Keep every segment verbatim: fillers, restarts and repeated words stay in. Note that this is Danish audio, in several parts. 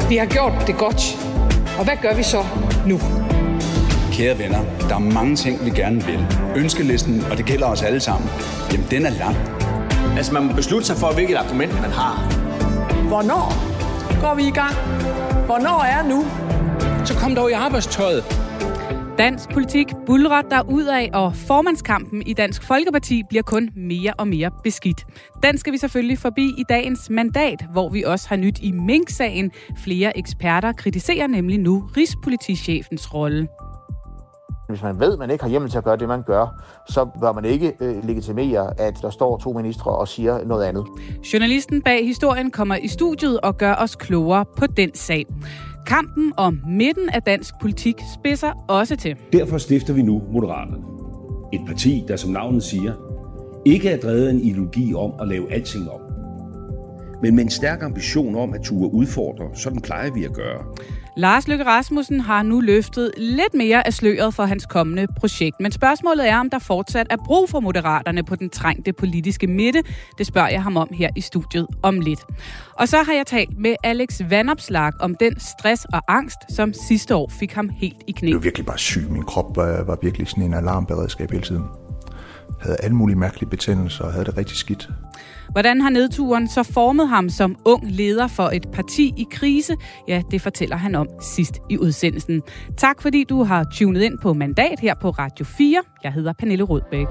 Vi har gjort det godt. Og hvad gør vi så nu? Kære venner, der er mange ting, vi gerne vil. Ønskelisten, og det gælder os alle sammen, jamen den er lang. Altså man må beslutte sig for, hvilket argument man har. Hvornår går vi i gang? Hvornår er nu? Så kom dog i arbejdstøjet. Dansk politik buldrer derudad, og formandskampen i Dansk Folkeparti bliver kun mere og mere beskidt. Den skal vi selvfølgelig forbi i dagens mandat, hvor vi også har nyt i Mink-sagen. Flere eksperter kritiserer nemlig nu rigspolitichefens rolle. Hvis man ved, at man ikke har hjemmel til at gøre det, man gør, så bør man ikke øh, legitimere, at der står to ministre og siger noget andet. Journalisten bag historien kommer i studiet og gør os klogere på den sag. Kampen om midten af dansk politik spidser også til. Derfor stifter vi nu Moderaterne. Et parti, der som navnet siger, ikke er drevet af en ideologi om at lave alting om, men med en stærk ambition om at ture udfordre, sådan plejer vi at gøre. Lars Løkke Rasmussen har nu løftet lidt mere af sløret for hans kommende projekt. Men spørgsmålet er, om der fortsat er brug for Moderaterne på den trængte politiske midte. Det spørger jeg ham om her i studiet om lidt. Og så har jeg talt med Alex Vanopslagh om den stress og angst, som sidste år fik ham helt i knæ. Jeg var virkelig bare syg. Min krop var, var virkelig sådan en alarmberedskab hele tiden. Jeg havde alle mulige mærkelige betændelser og havde det rigtig skidt. Hvordan har nedturen så formet ham som ung leder for et parti i krise? Ja, det fortæller han om sidst i udsendelsen. Tak fordi du har tunet ind på Mandat her på Radio fire. Jeg hedder Pernille Rødbæk.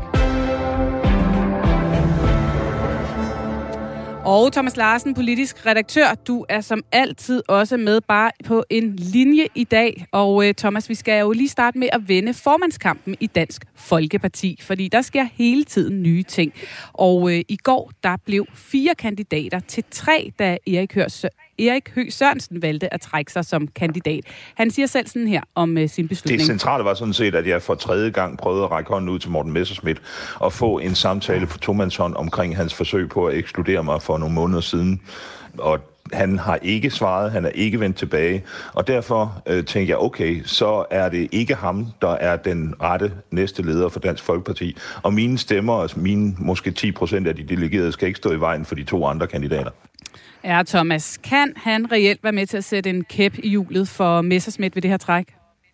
Og Thomas Larsen, politisk redaktør, du er som altid også med bare på en linje i dag. Og Thomas, vi skal jo lige starte med at vende formandskampen i Dansk Folkeparti, fordi der sker hele tiden nye ting. Og øh, i går, der blev fire kandidater til tre, da Erik Hørs Erik Høgh Sørensen valgte at trække sig som kandidat. Han siger selv sådan her om uh, sin beslutning. Det centrale var sådan set, at jeg for tredje gang prøvede at række hånden ud til Morten Messerschmidt og få en samtale på tomandshånd omkring hans forsøg på at ekskludere mig for nogle måneder siden. Og han har ikke svaret, han er ikke vendt tilbage, og derfor øh, tænkte jeg, okay, så er det ikke ham, der er den rette næste leder for Dansk Folkeparti, og mine stemmer, altså mine måske ti procent af de delegerede, skal ikke stå i vejen for de to andre kandidater. Ja, Thomas, kan han reelt være med til at sætte en kæp i hjulet for Messerschmidt ved det her træk?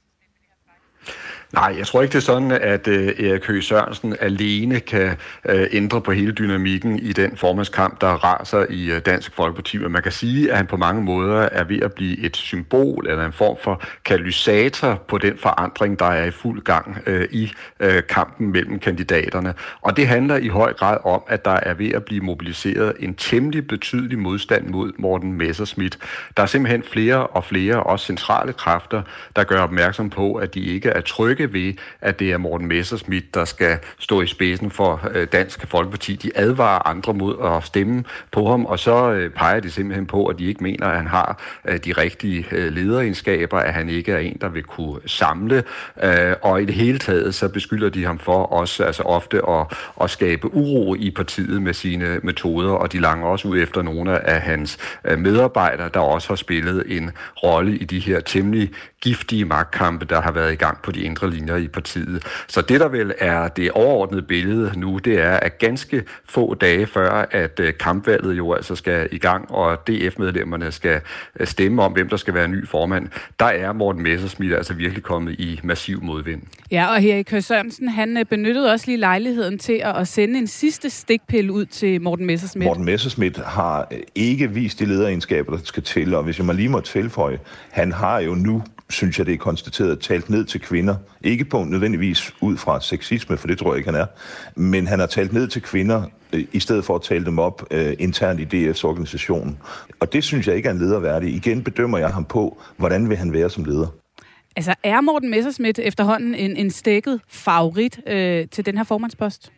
Nej, jeg tror ikke, det er sådan, at uh, Erik Høgh Sørensen alene kan uh, ændre på hele dynamikken i den formandskamp, der raser i uh, Dansk Folkeparti. Men man kan sige, at han på mange måder er ved at blive et symbol eller en form for katalysator på den forandring, der er i fuld gang uh, i uh, kampen mellem kandidaterne. Og det handler i høj grad om, at der er ved at blive mobiliseret en temmelig betydelig modstand mod Morten Messerschmidt. Der er simpelthen flere og flere, også centrale kræfter, der gør opmærksom på, at de ikke er trygge ved, at det er Morten Messerschmidt, der skal stå i spidsen for øh, Dansk Folkeparti. De advarer andre mod at stemme på ham, og så øh, peger de simpelthen på, at de ikke mener, at han har øh, de rigtige øh, lederegenskaber, at han ikke er en, der vil kunne samle, øh, og i det hele taget, så beskylder de ham for også altså ofte at, at skabe uro i partiet med sine metoder, og de langer også ud efter nogle af hans øh, medarbejdere, der også har spillet en rolle i de her temmelig giftige magtkampe, der har været i gang på de indre linjer i partiet. Så det, der vel er det overordnede billede nu, det er, at ganske få dage før, at kampvalget jo altså skal i gang, og D F-medlemmerne skal stemme om, hvem der skal være ny formand, der er Morten Messerschmidt altså virkelig kommet i massiv modvind. Ja, og Erik Høgh Sørensen, han benyttede også lige lejligheden til at sende en sidste stikpille ud til Morten Messerschmidt. Morten Messerschmidt har ikke vist de lederegenskaber, der skal til, og hvis jeg må lige må tilføje, han har jo nu, synes jeg, det er konstateret, talt ned til kvinder. Ikke på nødvendigvis ud fra sexisme, for det tror jeg ikke, han er. Men han har talt ned til kvinder, øh, i stedet for at tale dem op øh, internt i D F's organisation. Og det synes jeg ikke er en lederværdig. Igen bedømmer jeg ham på, hvordan vil han være som leder. Altså, er Morten Messerschmidt efterhånden en, en stækket favorit øh, til den her formandspost?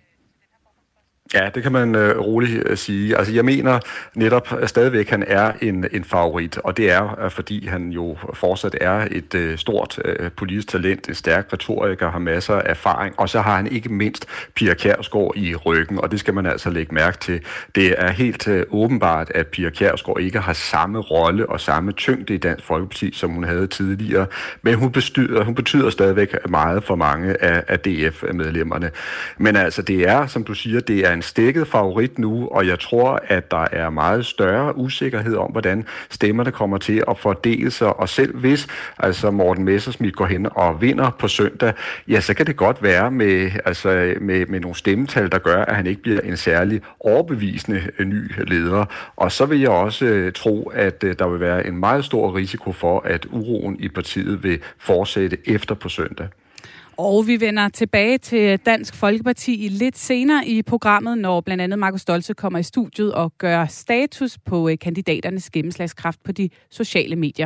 Ja, det kan man øh, roligt øh, sige. Altså, jeg mener netop at stadigvæk, han er en, en favorit, og det er, øh, fordi han jo fortsat er et øh, stort øh, politisk talent, en stærk retoriker, har masser af erfaring, og så har han ikke mindst Pia Kjærsgaard i ryggen, og det skal man altså lægge mærke til. Det er helt øh, åbenbart, at Pia Kjærsgaard ikke har samme rolle og samme tyngde i Dansk Folkeparti, som hun havde tidligere, men hun betyder, hun betyder stadigvæk meget for mange af, af D F-medlemmerne. Men altså, det er, som du siger, det er en en stækket favorit nu, og jeg tror, at der er meget større usikkerhed om, hvordan stemmerne kommer til at fordele sig, og selv hvis altså Morten Messerschmidt går hen og vinder på søndag, ja, så kan det godt være med, altså, med, med nogle stemmetal, der gør, at han ikke bliver en særlig overbevisende ny leder. Og så vil jeg også øh, tro, at øh, der vil være en meget stor risiko for, at uroen i partiet vil fortsætte efter på søndag. Og vi vender tilbage til Dansk Folkeparti lidt senere i programmet, når blandt andet Markus Stolze kommer i studiet og gør status på kandidaternes gennemslagskraft på de sociale medier.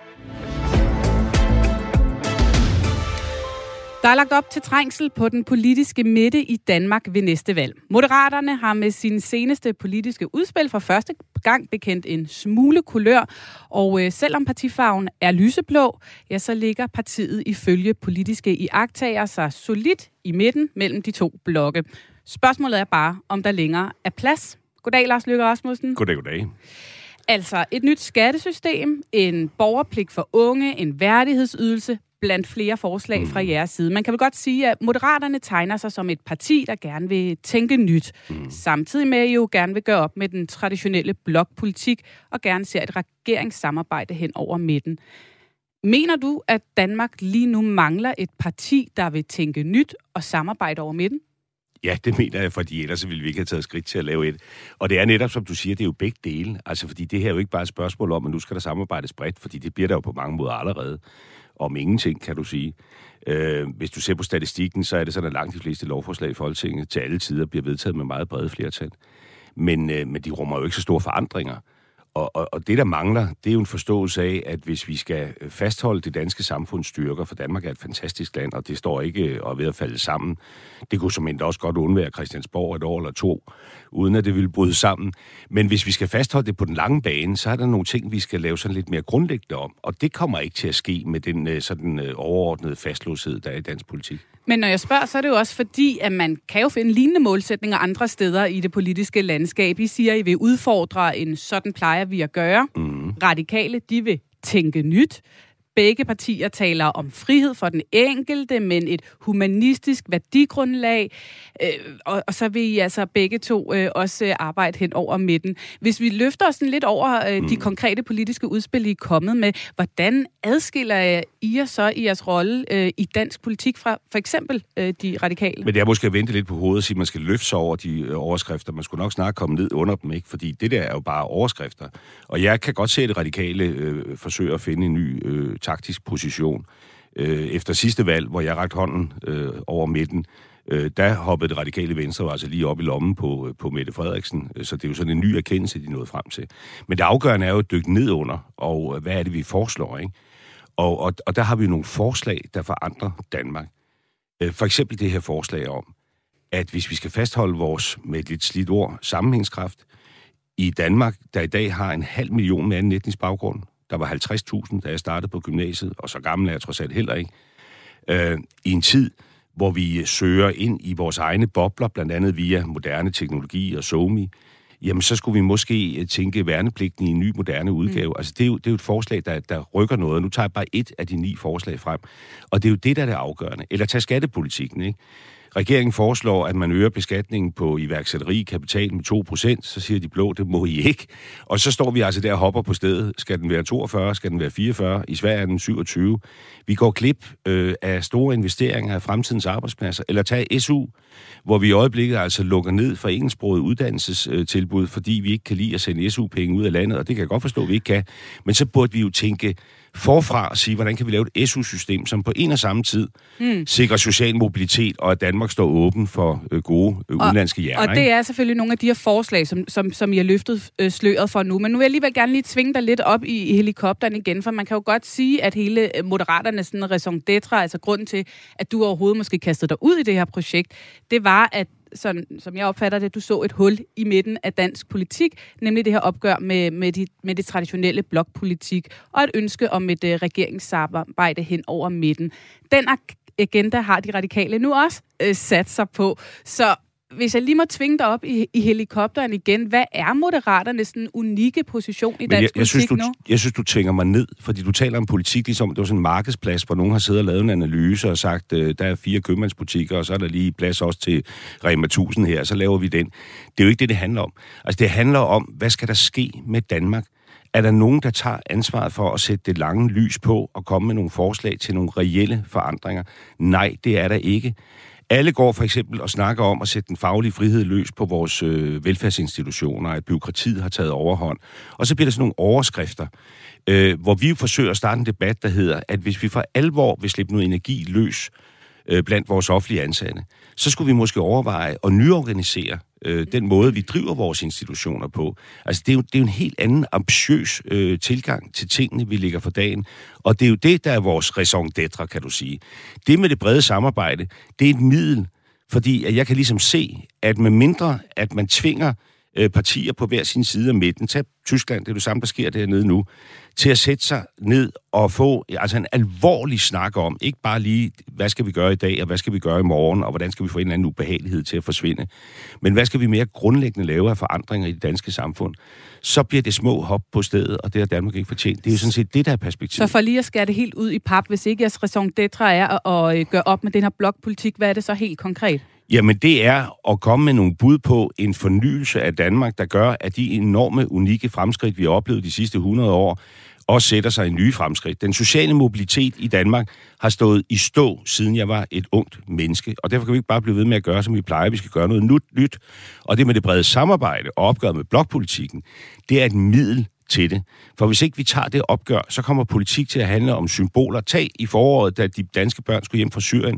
Der er lagt op til trængsel på den politiske midte i Danmark ved næste valg. Moderaterne har med sin seneste politiske udspil for første gang bekendt en smule kulør, og øh, selvom partifarven er lyseblå, ja, så ligger partiet ifølge politiske iagttagere sig solidt i midten mellem de to blokke. Spørgsmålet er bare, om der længere er plads. Goddag, Lars Løkke Rasmussen. Goddag, goddag. Altså et nyt skattesystem, en borgerpligt for unge, en værdighedsydelse, blandt flere forslag mm. fra jeres side. Man kan vel godt sige, at Moderaterne tegner sig som et parti, der gerne vil tænke nyt. Mm. Samtidig med, at I jo gerne vil gøre op med den traditionelle blokpolitik og gerne ser et regeringssamarbejde hen over midten. Mener du, at Danmark lige nu mangler et parti, der vil tænke nyt og samarbejde over midten? Ja, det mener jeg, fordi ellers ville vi ikke have taget skridt til at lave et. Og det er netop, som du siger, det er jo begge dele. Altså, fordi det her er jo ikke bare et spørgsmål om, at nu skal der samarbejdes bredt, fordi det bliver der jo på mange måder allerede. Om ingenting, kan du sige. Øh, hvis du ser på statistikken, så er det sådan, at langt de fleste lovforslag i Folketinget til alle tider bliver vedtaget med meget brede flertal. Men, øh, men de rummer jo ikke så store forandringer. Og, og, og det, der mangler, det er jo en forståelse af, at hvis vi skal fastholde det danske samfunds styrker, for Danmark er et fantastisk land, og det står ikke og er ved at falde sammen. Det kunne som endda også godt undvære Christiansborg et år eller to, uden at det ville bryde sammen. Men hvis vi skal fastholde det på den lange bane, så er der nogle ting, vi skal lave sådan lidt mere grundlæggende om. Og det kommer ikke til at ske med den sådan overordnede fastlåshed, der er i dansk politik. Men når jeg spørger, så er det jo også fordi, at man kan jo finde lignende målsætninger andre steder i det politiske landskab. I siger, at I vil udfordre en sådan plejer vi at gøre. Mm. Radikale, de vil tænke nyt. Begge partier taler om frihed for den enkelte, men et humanistisk værdigrundlag. Øh, og, og så vil I altså begge to øh, også arbejde hen over midten. Hvis vi løfter os lidt over øh, mm. de konkrete politiske udspil, I er kommet med, hvordan adskiller I jer så i jeres rolle øh, i dansk politik fra for eksempel øh, de radikale? Men det er måske at vente lidt på hovedet og sige, at man skal løfte sig over de øh, overskrifter. Man skulle nok snart komme ned under dem, ikke? Fordi det der er jo bare overskrifter. Og jeg kan godt se, at det radikale øh, forsøger at finde en ny øh, taktisk position. Øh, efter sidste valg, hvor jeg rakte hånden øh, over midten, øh, der hoppede det radikale Venstre altså lige op i lommen på, på Mette Frederiksen. Så det er jo sådan en ny erkendelse, de nåede frem til. Men det afgørende er jo at dykke ned under, og hvad er det, vi foreslår, ikke? Og, og, og der har vi nogle forslag, der forandrer Danmark. Øh, for eksempel det her forslag om, at hvis vi skal fastholde vores, med et lidt slidt ord, sammenhængskraft i Danmark, der i dag har en halv million med anden etnisk baggrund. Der var halvtreds tusind, da jeg startede på gymnasiet, og så gammel er jeg trods alt heller ikke. Øh, I en tid, hvor vi søger ind i vores egne bobler, blandt andet via moderne teknologi og SoMe, jamen så skulle vi måske tænke værnepligten i en ny, moderne udgave. Mm. Altså det er, jo, det er jo et forslag, der, der rykker noget. Nu tager jeg bare et af de ni forslag frem. Og det er jo det, der er det afgørende. Eller tag skattepolitikken, ikke? Regeringen foreslår, at man øger beskatningen på iværksætteri kapital med to procent, så siger de blå, det må I ikke. Og så står vi altså der og hopper på stedet. Skal den være toogfyrre? Skal den være fireogfyrre? I Sverige er den syvogtyve. Vi går glip øh, af store investeringer af fremtidens arbejdspladser. Eller tag S U, hvor vi i øjeblikket altså lukker ned for engelsksproget uddannelsestilbud, fordi vi ikke kan lide at sende S U-penge ud af landet, og det kan jeg godt forstå, at vi ikke kan. Men så burde vi jo tænke forfra og sige, hvordan kan vi lave et S U-system, som på en og samme tid mm. sikrer social mobilitet, og at Danmark står åben for øh, gode øh, udenlandske hjerner. Og det er selvfølgelig nogle af de her forslag, som, som, som I har løftet øh, sløret for nu. Men nu vil jeg alligevel gerne lige tvinge dig lidt op i, i helikopteren igen, for man kan jo godt sige, at hele Moderaternes sådan raison d'être, altså grunden til, at du overhovedet måske kastede dig ud i det her projekt, det var, at sådan, som jeg opfatter det, du så et hul i midten af dansk politik, nemlig det her opgør med, med, de, med det traditionelle blokpolitik, og et ønske om et uh, regeringssamarbejde hen over midten. Den agenda har de radikale nu også uh, sat sig på. Så hvis jeg lige må tvinge dig op i, i helikopteren igen, hvad er Moderaternes sådan unikke position i dansk jeg, jeg politik synes, du, nu? Jeg synes, du tvinger mig ned, fordi du taler om politik, ligesom det var sådan en markedsplads, hvor nogen har siddet og lavet en analyse og sagt, øh, der er fire købmandsbutikker, og så er der lige plads også til Rema tusind her, så laver vi den. Det er jo ikke det, det handler om. Altså, det handler om, hvad skal der ske med Danmark? Er der nogen, der tager ansvaret for at sætte det lange lys på og komme med nogle forslag til nogle reelle forandringer? Nej, det er der ikke. Alle går for eksempel og snakker om at sætte den faglige frihed løs på vores øh, velfærdsinstitutioner, at byråkratiet har taget overhånd. Og så bliver der sådan nogle overskrifter, øh, hvor vi forsøger at starte en debat, der hedder, at hvis vi for alvor vil slippe noget energi løs øh, blandt vores offentlige ansatte, så skulle vi måske overveje at nyorganisere øh, den måde, vi driver vores institutioner på. Altså, det er jo, det er jo en helt anden ambitiøs øh, tilgang til tingene, vi lægger for dagen. Og det er jo det, der er vores raison d'être, kan du sige. Det med det brede samarbejde, det er et middel, fordi at jeg kan ligesom se, at med mindre, at man tvinger øh, partier på hver sin side af midten, tag Tyskland, det er det samme, der sker dernede nu, til at sætte sig ned og få altså en alvorlig snak om, ikke bare lige, hvad skal vi gøre i dag, og hvad skal vi gøre i morgen, og hvordan skal vi få en eller anden ubehagelighed til at forsvinde, men hvad skal vi mere grundlæggende lave af forandringer i det danske samfund, så bliver det små hop på stedet, og det har Danmark ikke fortjent. Det er jo sådan set det, der er perspektivet. Så for lige at skære det helt ud i pap, hvis ikke jeres raison d'être er at, at gøre op med den her blokpolitik, hvad er det så helt konkret? Jamen, det er at komme med nogle bud på en fornyelse af Danmark, der gør, at de enorme, unikke fremskridt, vi har oplevet de sidste hundrede år, også sætter sig i nye fremskridt. Den sociale mobilitet i Danmark har stået i stå, siden jeg var et ungt menneske, og derfor kan vi ikke bare blive ved med at gøre, som vi plejer. Vi skal gøre noget nyt, og det med det brede samarbejde og opgøret med blokpolitikken, det er et middel til det. For hvis ikke vi tager det opgør, så kommer politik til at handle om symboler. Tag i foråret, da de danske børn skulle hjem fra Syrien.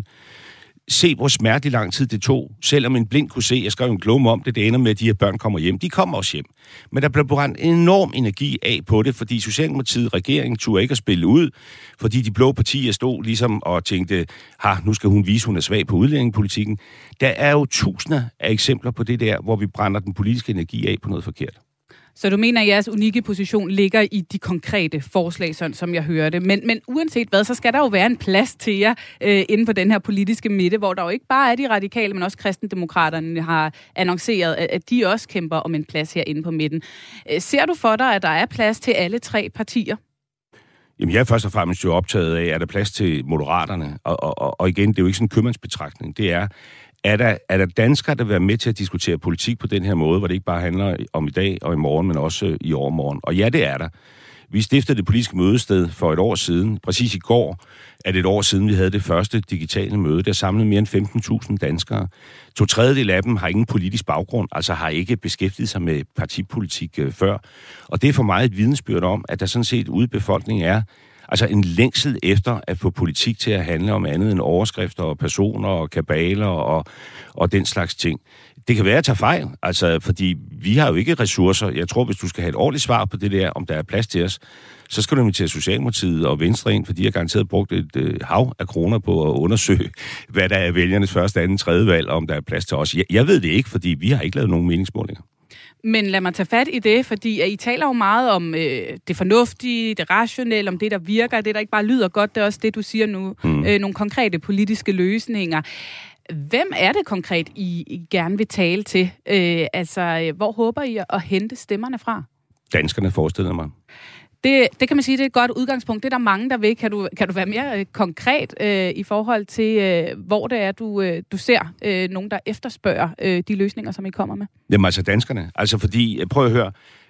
Se, hvor smertelig lang tid det tog. Selvom en blind kunne se, jeg skrev en klumme om det, det ender med, at de her børn kommer hjem. De kommer også hjem. Men der blev brændt enorm energi af på det, fordi Socialdemokratiet, regeringen, turde ikke at spille ud, fordi de blå partier stod ligesom og tænkte, ha, nu skal hun vise, hun er svag på udlændingepolitikken. Der er jo tusinder af eksempler på det der, hvor vi brænder den politiske energi af på noget forkert. Så du mener, at jeres unikke position ligger i de konkrete forslag, sådan som jeg hørte. Men, men uanset hvad, så skal der jo være en plads til jer øh, inde på den her politiske midte, hvor der jo ikke bare er de radikale, men også kristendemokraterne har annonceret, at de også kæmper om en plads herinde på midten. Ser du for dig, at der er plads til alle tre partier? Jamen, jeg er først og fremmest jo optaget af, at der er plads til Moderaterne. Og, og, og, og igen, det er jo ikke sådan en købmandsbetragtning. Det er, er der, er der danskere, der vil være med til at diskutere politik på den her måde, hvor det ikke bare handler om i dag og i morgen, men også i overmorgen. Og ja, det er der. Vi stiftede det politiske mødested for et år siden. Præcis i går er det et år siden, vi havde det første digitale møde. Der samlede mere end femten tusind danskere. To tredjedel af dem har ingen politisk baggrund, altså har ikke beskæftiget sig med partipolitik øh, før. Og det er for mig et vidensbyrd om, at der sådan set ude i befolkningen er altså en længsel efter at få politik til at handle om andet end overskrifter og personer og kabaler og, og den slags ting. Det kan være at tage fejl, altså, fordi vi har jo ikke ressourcer. Jeg tror, hvis du skal have et ordentligt svar på det der, om der er plads til os, så skal du invitere Socialdemokratiet og Venstre ind, fordi de har garanteret brugt et øh, hav af kroner på at undersøge, hvad der er vælgernes første, anden, tredje valg, om der er plads til os. Jeg, jeg ved det ikke, fordi vi har ikke lavet nogen meningsmålinger. Men lad mig tage fat i det, fordi I taler jo meget om øh, det fornuftige, det rationelle, om det, der virker, det, der ikke bare lyder godt, det er også det, du siger nu. Mm. Øh, nogle konkrete politiske løsninger. Hvem er det konkret, I, I gerne vil tale til? Øh, altså, hvor håber I at hente stemmerne fra? Danskerne forestiller mig. Det, det kan man sige, det er et godt udgangspunkt. Det er der mange, der vil. Kan du, kan du være mere øh, konkret øh, i forhold til, øh, hvor det er, du, øh, du ser øh, nogen, der efterspørger øh, de løsninger, som I kommer med? Jamen altså danskerne. Altså fordi, prøv at høre,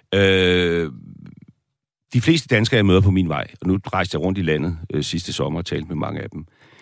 øh, de fleste danskere, jeg møder på min vej, og nu rejste jeg rundt i landet øh, sidste sommer og talte med mange af dem,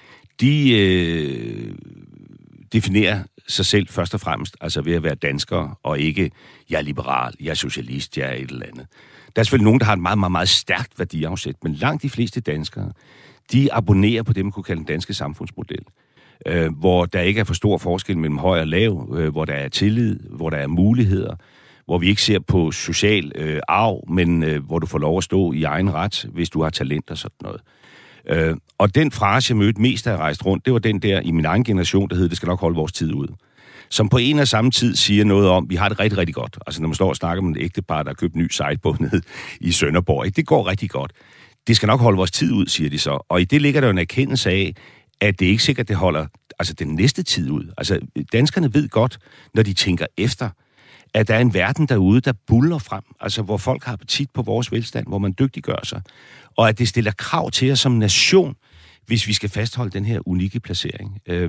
de øh, definerer sig selv først og fremmest, altså ved at være danskere, og ikke, jeg er liberal, jeg er socialist, jeg er et eller andet. Der er selvfølgelig nogen, der har et meget, meget, meget stærkt værdiafsæt, men langt de fleste danskere, de abonnerer på det, man kunne kalde den danske samfundsmodel, øh, hvor der ikke er for stor forskel mellem høj og lav, øh, hvor der er tillid, hvor der er muligheder, hvor vi ikke ser på social øh, arv, men øh, hvor du får lov at stå i egen ret, hvis du har talent og sådan noget. Øh, og den frase, jeg mødte mest, da jeg rejste rundt, det var den der i min egen generation, der hed, det skal nok holde vores tid ud. Som på en og samme tid siger noget om, vi har det rigtig, rigtig godt. Altså når man står og snakker med et ægtepar, der har købt en ny sejlbåd nede i Sønderborg, ikke? Det går rigtig godt. Det skal nok holde vores tid ud, siger de så. Og i det ligger der jo en erkendelse af, at det er ikke sikkert, at det holder altså den næste tid ud. Altså, danskerne ved godt, når de tænker efter, at der er en verden derude, der buller frem, altså hvor folk har appetit på vores velstand, hvor man dygtiggør sig, og at det stiller krav til os som nation, hvis vi skal fastholde den her unikke placering. Øh,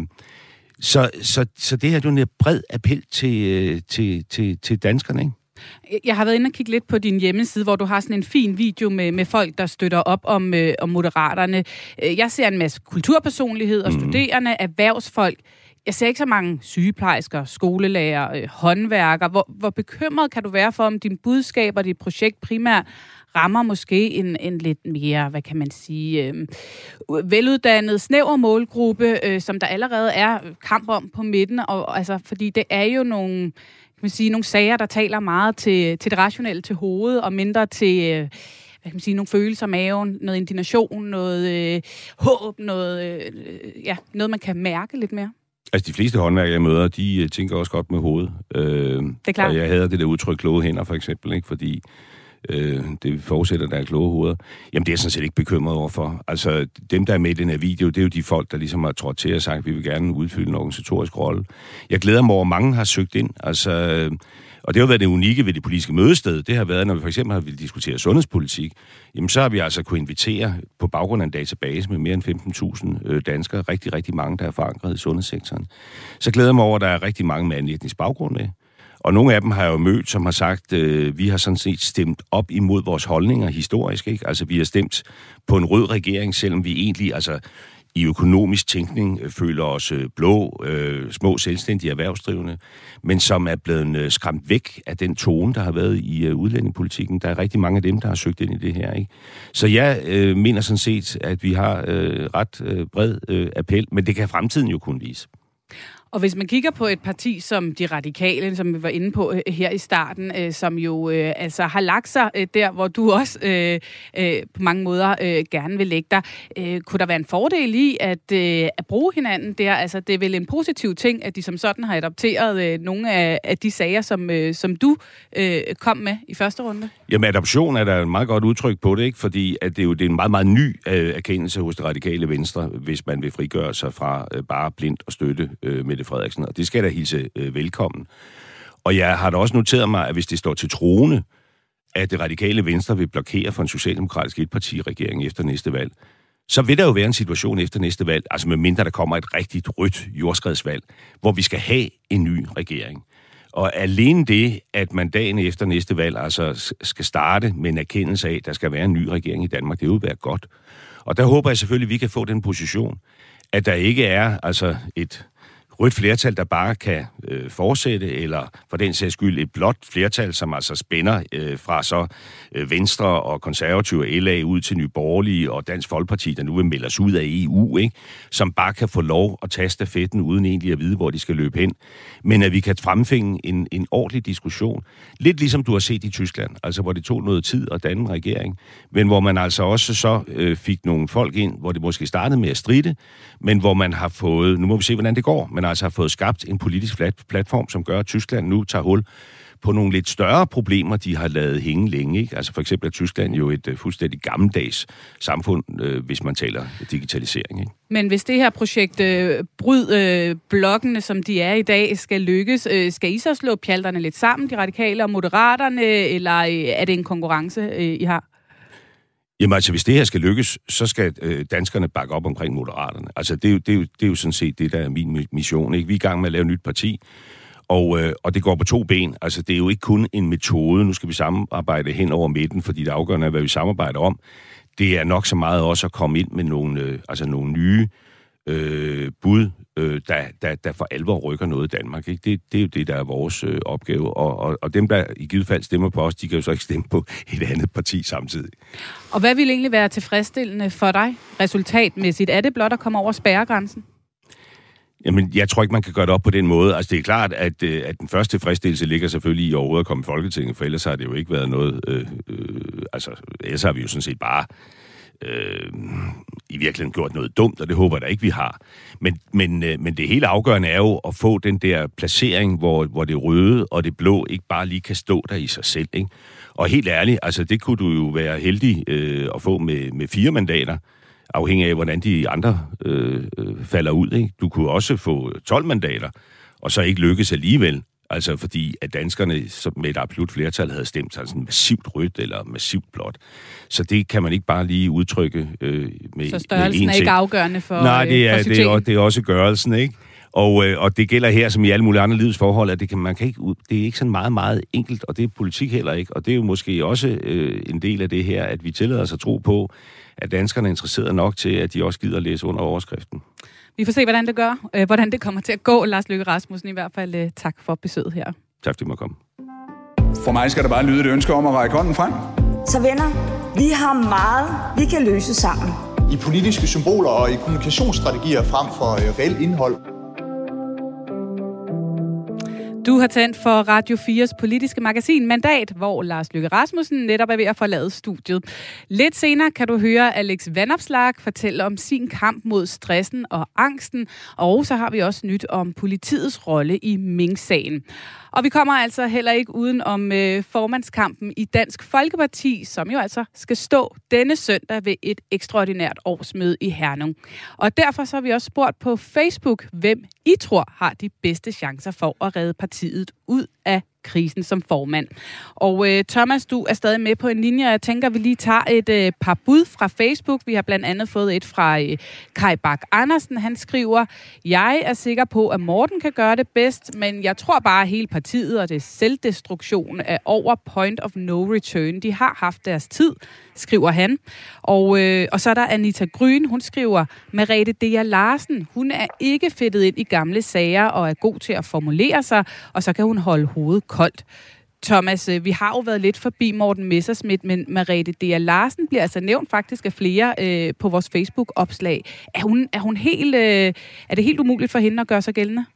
så, så, så det her er jo en bred appel til, til, til, til danskerne, ikke? Jeg har været inde og kigge lidt på din hjemmeside, hvor du har sådan en fin video med, med folk, der støtter op om, øh, om Moderaterne. Jeg ser en masse kulturpersonligheder, mm. studerende, erhvervsfolk. Jeg ser ikke så mange sygeplejersker, skolelærer, øh, håndværkere. Hvor, hvor bekymret kan du være for, om dine budskaber, dit projekt primært rammer måske en, en lidt mere, hvad kan man sige, øh, veluddannet, snæver målgruppe, øh, som der allerede er kamp om på midten, og, altså, fordi det er jo nogle, kan man sige, nogle sager, der taler meget til, til det rationelle, til hovedet, og mindre til øh, hvad kan man sige, nogle følelser, maven, noget indignation, noget øh, håb, noget, øh, ja, noget, man kan mærke lidt mere. Altså, de fleste håndværkere, jeg møder, de tænker også godt med hovedet. Øh, det er klart. Og jeg hader det der udtryk kloge hænder, for eksempel, ikke? Fordi øh, det forudsætter, der er kloge hoveder. Jamen, det er jeg sådan set ikke bekymret overfor. Altså, dem, der er med i den her video, det er jo de folk, der ligesom har trådt til og sagt, at vi vil gerne udfylde en organisatorisk rolle. Jeg glæder mig over, at mange har søgt ind. Altså, og det har været det unikke ved det politiske mødested. Det har været, når vi for eksempel har ville diskutere sundhedspolitik, jamen så har vi altså kunne invitere på baggrund af en database med mere end femten tusind danskere, rigtig, rigtig mange, der er forankret i sundhedssektoren. Så glæder jeg mig over, at der er rigtig mange med anden etnisk baggrund med. Og nogle af dem har jeg jo mødt, som har sagt, øh, vi har sådan set stemt op imod vores holdninger historisk, ikke? Altså, vi har stemt på en rød regering, selvom vi egentlig, altså i økonomisk tænkning øh, føler os øh, blå, øh, små selvstændige erhvervsdrivende, men som er blevet øh, skræmt væk af den tone, der har været i øh, udlændingepolitikken. Der er rigtig mange af dem, der har søgt ind i det her, ikke? Så jeg øh, mener sådan set, at vi har øh, ret øh, bred øh, appel, men det kan fremtiden jo kun vise. Og hvis man kigger på et parti som De Radikale, som vi var inde på her i starten, øh, som jo øh, altså har lagt sig øh, der, hvor du også øh, øh, på mange måder øh, gerne vil lægge dig, øh, kunne der være en fordel i at, øh, at bruge hinanden der? Altså, det er vel en positiv ting, at de som sådan har adopteret øh, nogle af, af de sager, som, øh, som du øh, kom med i første runde? Jamen, adoption er der et meget godt udtryk på det, ikke? Fordi at det, er jo, det er en meget, meget ny øh, erkendelse hos Det Radikale Venstre, hvis man vil frigøre sig fra øh, bare blindt og støtte øh, med det Frederiksen, og det skal jeg da hilse øh, velkommen. Og jeg har da også noteret mig, at hvis det står til troende, at Det Radikale Venstre vil blokere for en socialdemokratisk etpartiregering efter næste valg, så vil der jo være en situation efter næste valg, altså med mindre der kommer et rigtigt rødt jordskredsvalg, hvor vi skal have en ny regering. Og alene det, at man dagen efter næste valg altså skal starte med en erkendelse af, at der skal være en ny regering i Danmark, det vil være godt. Og der håber jeg selvfølgelig, at vi kan få den position, at der ikke er altså et rødt flertal, der bare kan øh, fortsætte, eller for den sags skyld et blåt flertal, som altså spænder øh, fra så øh, Venstre og Konservative og L A ud til Nye Borgerlige og Dansk Folkeparti, der nu vil melde os ud af E U, ikke? Som bare kan få lov at tage stafetten, uden egentlig at vide, hvor de skal løbe hen. Men at vi kan fremfinge en, en ordentlig diskussion. Lidt ligesom du har set i Tyskland, altså hvor det tog noget tid at danne en regering, men hvor man altså også så øh, fik nogle folk ind, hvor det måske startede med at stride, men hvor man har fået, nu må vi se, hvordan det går, men altså har fået skabt en politisk platform, som gør, at Tyskland nu tager hul på nogle lidt større problemer, de har lavet hænge længe, ikke? Altså for eksempel er Tyskland jo et uh, fuldstændig gammeldags samfund, uh, hvis man taler digitalisering, ikke? Men hvis det her projekt øh, Bryd øh, blokkene, som de er i dag, skal lykkes, øh, skal I så slå pjalterne lidt sammen, De Radikale og Moderaterne, eller øh, er det en konkurrence, øh, I har? Jamen altså, hvis det her skal lykkes, så skal øh, danskerne bakke op omkring Moderaterne. Altså, det er, jo, det, er jo, det er jo sådan set det, der er min mission, ikke? Vi er i gang med at lave et nyt parti, og, øh, og det går på to ben. Altså, det er jo ikke kun en metode. Nu skal vi samarbejde hen over midten, fordi det afgørende er, hvad vi samarbejder om. Det er nok så meget også at komme ind med nogle, øh, altså nogle nye øh, bud, øh, der, der, der for alvor rykker noget i Danmark, ikke? Det, det er jo det, der er vores øh, opgave. Og, og, og dem, der i givet fald stemmer på os, de kan jo så ikke stemme på et andet parti samtidig. Og hvad vil egentlig være tilfredsstillende for dig resultatmæssigt? Er det blot at komme over spærregrænsen? Jamen, jeg tror ikke, man kan gøre det op på den måde. Altså, det er klart, at, at den første tilfredsstillelse ligger selvfølgelig i overhovedet at komme i Folketinget, for ellers har det jo ikke været noget... Øh, øh, altså, ellers har vi jo sådan set bare øh, i virkeligheden gjort noget dumt, og det håber jeg da ikke, vi har. Men, men, øh, men det hele afgørende er jo at få den der placering, hvor, hvor det røde og det blå ikke bare lige kan stå der i sig selv, ikke? Og helt ærligt, altså, det kunne du jo være heldig øh, at få med, med fire mandater. afhængig af, hvordan de andre øh, øh, falder ud. Ikke? Du kunne også få tolv mandater, og så ikke lykkes alligevel. Altså fordi, at danskerne med et absolut flertal havde stemt sig sådan massivt rødt eller massivt blåt. Så det kan man ikke bare lige udtrykke øh, med Så størrelsen med er ikke afgørende for Nej, det er, for det er, det er også gørelsen, ikke? Og, øh, og det gælder her, som i alle mulige andre livsforhold, at det, kan, man kan ikke, det er ikke sådan meget, meget enkelt, og det er politik heller ikke. Og det er jo måske også øh, en del af det her, at vi tillader os at tro på, at danskerne er interesserede nok til, at de også gider at læse under overskriften. Vi får se, hvordan det gør, øh, hvordan det kommer til at gå. Lars Løkke Rasmussen, i hvert fald øh, tak for besøget her. Tak fordi du måtte komme. For mig skal der bare lyde et ønske om at række hånden frem. Så venner, vi har meget, vi kan løse sammen. I politiske symboler og i kommunikationsstrategier frem for øh, reelt indhold. Du har tændt for Radio fires politiske magasin Mandat, hvor Lars Løkke Rasmussen netop er ved at forlade studiet. Lidt senere kan du høre Alex Vanopslagh fortælle om sin kamp mod stressen og angsten, og så har vi også nyt om politiets rolle i Mink-sagen. Og vi kommer altså heller ikke uden om øh, formandskampen i Dansk Folkeparti, som jo altså skal stå denne søndag ved et ekstraordinært årsmøde i Herning. Og derfor så har vi også spurgt på Facebook, hvem I tror har de bedste chancer for at redde partiet ud af krisen som formand. Og øh, Thomas, du er stadig med på en linje, og jeg tænker, vi lige tager et øh, par bud fra Facebook. Vi har blandt andet fået et fra øh, Kai Bak Andersen. Han skriver, jeg er sikker på, at Morten kan gøre det bedst, men jeg tror bare, at hele partiet og det selvdestruktion er over point of no return. De har haft deres tid, skriver han. Og, øh, og så er der Anita Gryn, hun skriver, Merete Dea Larsen, hun er ikke fedtet ind i gamle sager og er god til at formulere sig, og så kan hun holde hovedet koldt. Thomas, vi har jo været lidt forbi Morten Messerschmidt, men Merete Dea Larsen bliver altså nævnt faktisk af flere øh, på vores Facebook-opslag. Er hun, er hun helt, øh, er det helt umuligt for hende at gøre sig gældende?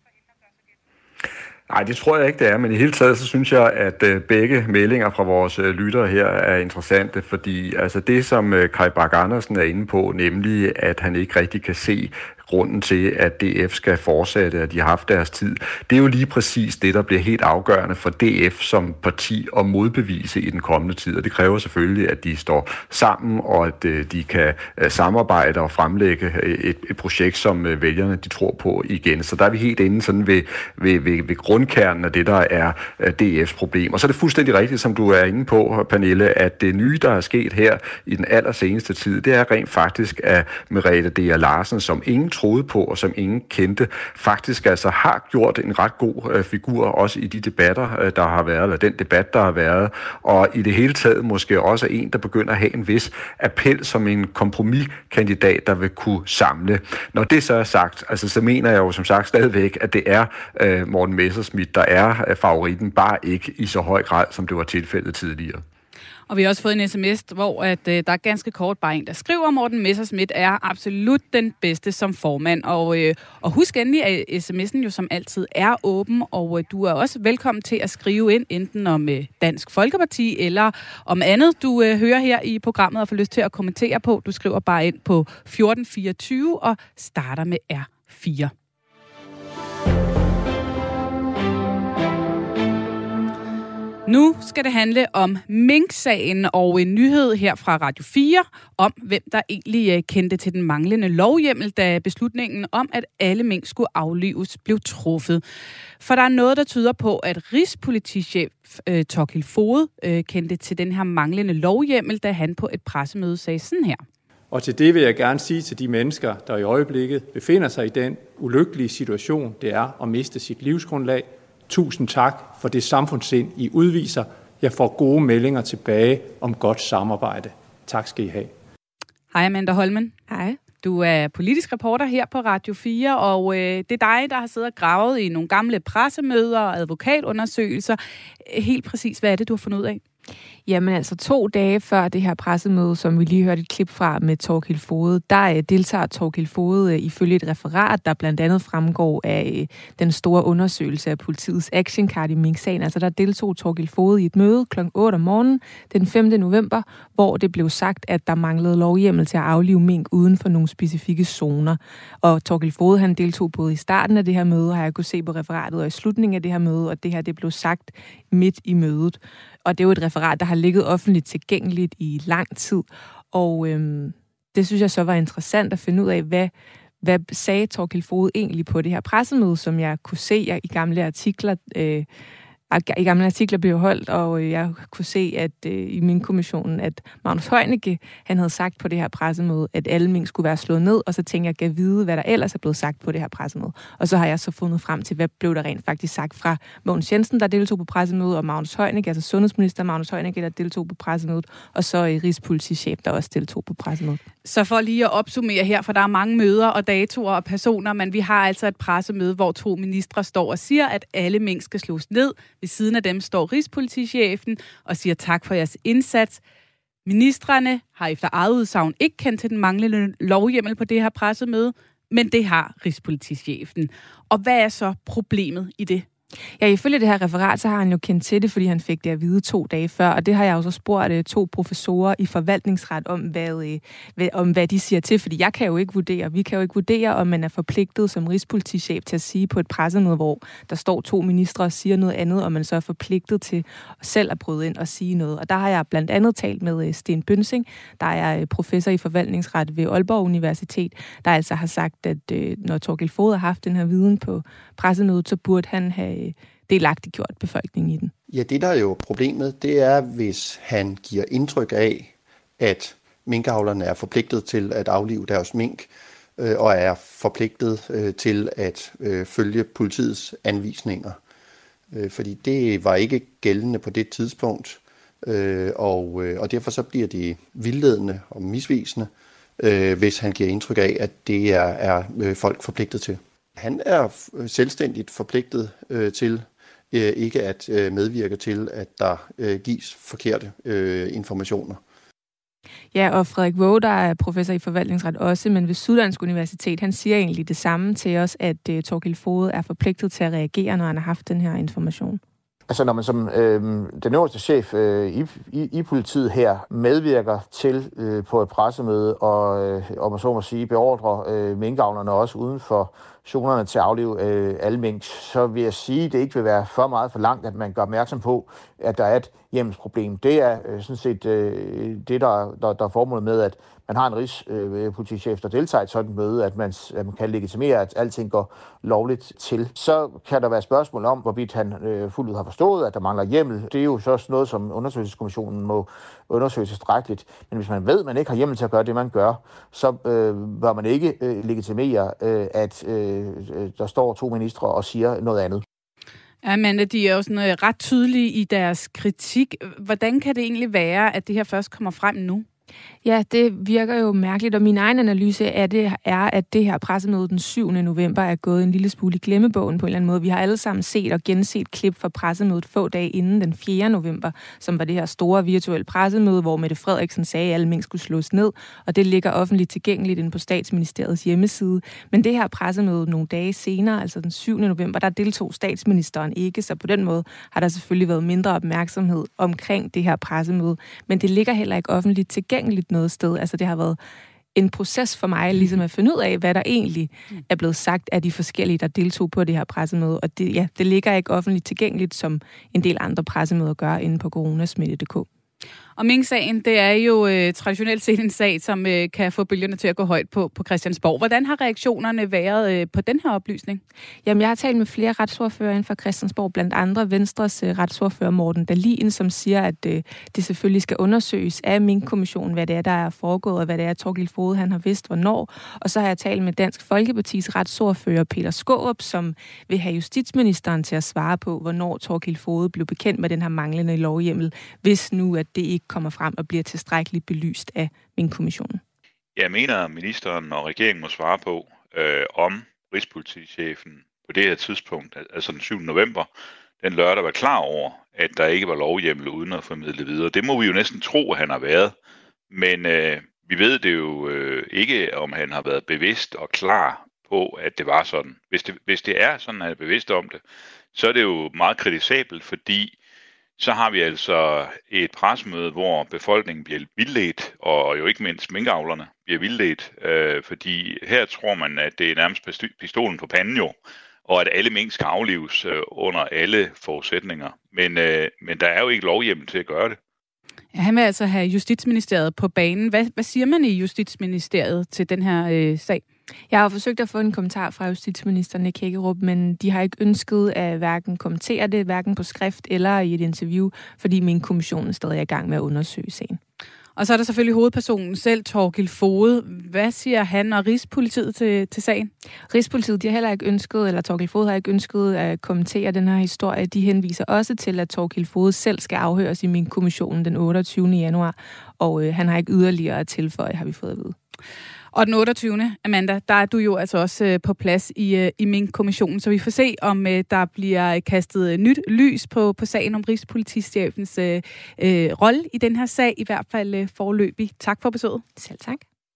Nej, det tror jeg ikke, det er, men i hele taget, så synes jeg, at øh, begge meldinger fra vores øh, lyttere her er interessante, fordi altså det, som øh, Kai Bak Andersen er inde på, nemlig at han ikke rigtig kan se grunden til, at D F skal fortsætte, at de har haft deres tid. Det er jo lige præcis det, der bliver helt afgørende for D F som parti at modbevise i den kommende tid. Og det kræver selvfølgelig, at de står sammen, og at øh, de kan øh, samarbejde og fremlægge et, et projekt, som øh, vælgerne de tror på igen. Så der er vi helt inde sådan ved, ved, ved, ved grundkernen af det, der er øh, D F's problem. Og så er det fuldstændig rigtigt, som du er inde på, Pernille, at det nye, der er sket her i den allerseneste tid, det er rent faktisk, at Merete Dea Larsen, som ingen troede på, og som ingen kendte, faktisk altså har gjort en ret god øh, figur, også i de debatter, øh, der har været, eller den debat, der har været, og i det hele taget måske også en, der begynder at have en vis appel som en kompromiskandidat, der vil kunne samle. Når det så er sagt, altså så mener jeg jo som sagt stadigvæk, at det er øh, Morten Messerschmidt, der er øh, favoritten, bare ikke i så høj grad, som det var tilfældet tidligere. Og vi har også fået en sms, hvor at, øh, der er ganske kort bare en, der skriver, Morten Messerschmidt er absolut den bedste som formand. Og, øh, og husk endelig, at sms'en jo som altid er åben, og øh, du er også velkommen til at skrive ind, enten om øh, Dansk Folkeparti eller om andet, du øh, hører her i programmet og får lyst til at kommentere på. Du skriver bare ind på fjorten fireogtyve og starter med R fire. Nu skal det handle om Mink-sagen og en nyhed her fra Radio fire om, hvem der egentlig kendte til den manglende lovhjemmel, da beslutningen om, at alle mink skulle aflives, blev truffet. For der er noget, der tyder på, at rigspolitichef øh, Thorkild Foged øh, kendte til den her manglende lovhjemmel, da han på et pressemøde sagde sådan her. Og til det vil jeg gerne sige til de mennesker, der i øjeblikket befinder sig i den ulykkelige situation, det er at miste sit livsgrundlag. Tusind tak for det samfundssind, I udviser. Jeg får gode meldinger tilbage om godt samarbejde. Tak skal I have. Hej Amanda Holmen. Hej. Du er politisk reporter her på Radio fire, og øh, det er dig, der har siddet og gravet i nogle gamle pressemøder og advokatundersøgelser. Helt præcis, hvad er det, du har fundet ud af? Jamen altså to dage før det her pressemøde, som vi lige hørte et klip fra med Thorkild Foged, der øh, deltager Thorkild Foged øh, ifølge et referat, der blandt andet fremgår af øh, den store undersøgelse af politiets actioncard i Mink-sagen. Altså der deltog Thorkild Foged i et møde klokken otte om morgenen den femte november, hvor det blev sagt, at der manglede lovhjemmel til at aflive mink uden for nogle specifikke zoner. Og Thorkild Foged, han deltog både i starten af det her møde, har jeg kunnet se på referatet, og i slutningen af det her møde, og det her det blev sagt midt i mødet. Og det er jo et referat, der har ligget offentligt tilgængeligt i lang tid. Og øhm, det synes jeg så var interessant at finde ud af, hvad, hvad sagde Thorkild Foged egentlig på det her pressemøde, som jeg kunne se i gamle artikler, øh, i gamle artikler blev holdt, og jeg kunne se, at øh, i min kommissionen, at Magnus Heunicke, han havde sagt på det her pressemøde, at alle mink skulle være slået ned, og så tænkte jeg, at vide, hvad der ellers er blevet sagt på det her pressemøde. Og så har jeg så fundet frem til, hvad blev der rent faktisk sagt fra Mogens Jensen, der deltog på pressemødet, og Magnus Heunicke, altså sundhedsminister Magnus Heunicke, der deltog på pressemødet, og så øh, rigspolitichef, der også deltog på pressemødet. Så for lige at opsummere her, for der er mange møder og datoer og personer, men vi har altså et pressemøde, hvor to ministre står og siger, at alle mink skal slås ned. Ved siden af dem står rigspolitichefen og siger tak for jeres indsats. Ministrene har efter eget udsagn ikke kendt til den manglende lovhjemmel på det her pressemøde, men det har rigspolitichefen. Og hvad er så problemet i det? Ja, ifølge det her referat, så har han jo kendt til det, fordi han fik det at vide to dage før, og det har jeg jo så spurgt uh, to professorer i forvaltningsret om hvad, uh, hvad, om, hvad de siger til, fordi jeg kan jo ikke vurdere, vi kan jo ikke vurdere, om man er forpligtet som rigspolitichef til at sige på et pressemøde, hvor der står to ministre og siger noget andet, og man så er forpligtet til selv at bryde ind og sige noget. Og der har jeg blandt andet talt med uh, Sten Bønsing, der er uh, professor i forvaltningsret ved Aalborg Universitet, der altså har sagt, at uh, når Thorkild Foged har haft den her viden på pressemødet, så burde han have delagtiggjort befolkningen i den. Ja, det der er jo problemet, det er, hvis han giver indtryk af, at minkavlerne er forpligtet til at aflive deres mink, øh, og er forpligtet øh, til at øh, følge politiets anvisninger. Øh, fordi det var ikke gældende på det tidspunkt, øh, og, øh, og derfor så bliver det vildledende og misvisende, øh, hvis han giver indtryk af, at det er, er øh, folk forpligtet til. Han er selvstændigt forpligtet øh, til øh, ikke at øh, medvirke til, at der øh, gives forkerte øh, informationer. Ja, og Frederik Waage, der er professor i forvaltningsret også, men ved Syddansk Universitet, han siger egentlig det samme til os, at øh, Thorkild Foged er forpligtet til at reagere, når han har haft den her information. Altså når man som øh, den øverste chef øh, i, i, i politiet her medvirker til øh, på et pressemøde og, øh, om man så må sige, beordrer øh, minkavlerne også uden for zonerne til at aflive øh, alle mink, så vil jeg sige, at det ikke vil være for meget for langt, at man gør opmærksom på, at der er et hjemmelsproblem. Det er øh, sådan set øh, det, der, der, der er formålet med, at man har en rigspolitichef, øh, der deltager i et sådan møde, at man, at man kan legitimere, at alting går lovligt til. Så kan der være spørgsmål om, hvorvidt han øh, fuldt ud har forstået, at der mangler hjemmel. Det er jo så noget, som undersøgelseskommissionen må undersøge tilstrækkeligt. Men hvis man ved, at man ikke har hjemmel til at gøre det, man gør, så øh, bør man ikke øh, legitimere, øh, at øh, der står to ministre og siger noget andet. Ja, men de er jo sådan ret tydelige i deres kritik. Hvordan kan det egentlig være, at det her først kommer frem nu? Ja, det virker jo mærkeligt, og min egen analyse af det er, at det her pressemøde den syvende november er gået en lille smule i glemmebogen på en eller anden måde. Vi har alle sammen set og genset klip fra pressemødet få dage inden den fjerde november, som var det her store virtuelle pressemøde, hvor Mette Frederiksen sagde, at alle mink skulle slås ned, og det ligger offentligt tilgængeligt inde på Statsministeriets hjemmeside. Men det her pressemøde nogle dage senere, altså den syvende november, der deltog statsministeren ikke, så på den måde har der selvfølgelig været mindre opmærksomhed omkring det her pressemøde. Men det ligger heller ikke offentligt tilgængeligt noget sted. Altså det har været en proces for mig ligesom at finde ud af, hvad der egentlig er blevet sagt af de forskellige, der deltog på det her pressemøde. Og det, ja, det ligger ikke offentligt tilgængeligt, som en del andre pressemøder gør inde på coronasmitte punktum d k. Og Mink-sagen, det er jo øh, traditionelt set en sag, som øh, kan få bølgerne til at gå højt på, på Christiansborg. Hvordan har reaktionerne været øh, på den her oplysning? Jamen, jeg har talt med flere retsordførere inden for Christiansborg, blandt andre Venstres øh, retsordfører Morten Dahlin, som siger, at øh, det selvfølgelig skal undersøges af Mink-kommissionen, hvad det er, der er foregået, og hvad det er, Thorkild Foged han har vidst, hvornår. Og så har jeg talt med Dansk Folkepartis retsordfører Peter Skaarup, som vil have justitsministeren til at svare på, hvornår Thorkild Foged blev bekendt med den her manglende lovhjemmel, hvis nu, at det ikke kommer frem og bliver tilstrækkeligt belyst af Mink-kommissionen. Jeg mener, at ministeren og regeringen må svare på, øh, om rigspolitichefen på det her tidspunkt, altså den syvende november, den lørdag, var klar over, at der ikke var lovhjemmel uden at formidle videre. Det må vi jo næsten tro, at han har været. Men øh, vi ved det jo øh, ikke, om han har været bevidst og klar på, at det var sådan. Hvis det, hvis det er sådan, at han er bevidst om det, så er det jo meget kritisabelt, fordi så har vi altså et pressemøde, hvor befolkningen bliver vildledt, og jo ikke mindst minkavlerne bliver vildledt, øh, fordi her tror man, at det er nærmest pistolen på panden jo, og at alle mink skal aflives øh, under alle forudsætninger. Men, øh, men der er jo ikke lovhjemmel til at gøre det. Ja, han vil altså have Justitsministeriet på banen. Hvad, hvad siger man i Justitsministeriet til den her øh, sag? Jeg har forsøgt at få en kommentar fra justitsminister Nick Hækkerup, men de har ikke ønsket at hverken kommentere det, hverken på skrift eller i et interview, fordi min kommission stadig er i gang med at undersøge sagen. Og så er der selvfølgelig hovedpersonen selv, Thorkild Foged. Hvad siger han og Rigspolitiet til, til sagen? Rigspolitiet de har heller ikke ønsket, eller Thorkild Foged har ikke ønsket at kommentere den her historie. De henviser også til, at Thorkild Foged selv skal afhøres i min kommission den otteogtyvende januar, og øh, han har ikke yderligere at tilføje, har vi fået at vide. Og den otteogtyvende Amanda, der er du jo altså også øh, på plads i, øh, i min kommission, så vi får se, om øh, der bliver kastet øh, nyt lys på, på sagen om Rigspolitichefens øh, øh, rolle i den her sag, i hvert fald øh, foreløbig. Tak for besøget. Selv tak.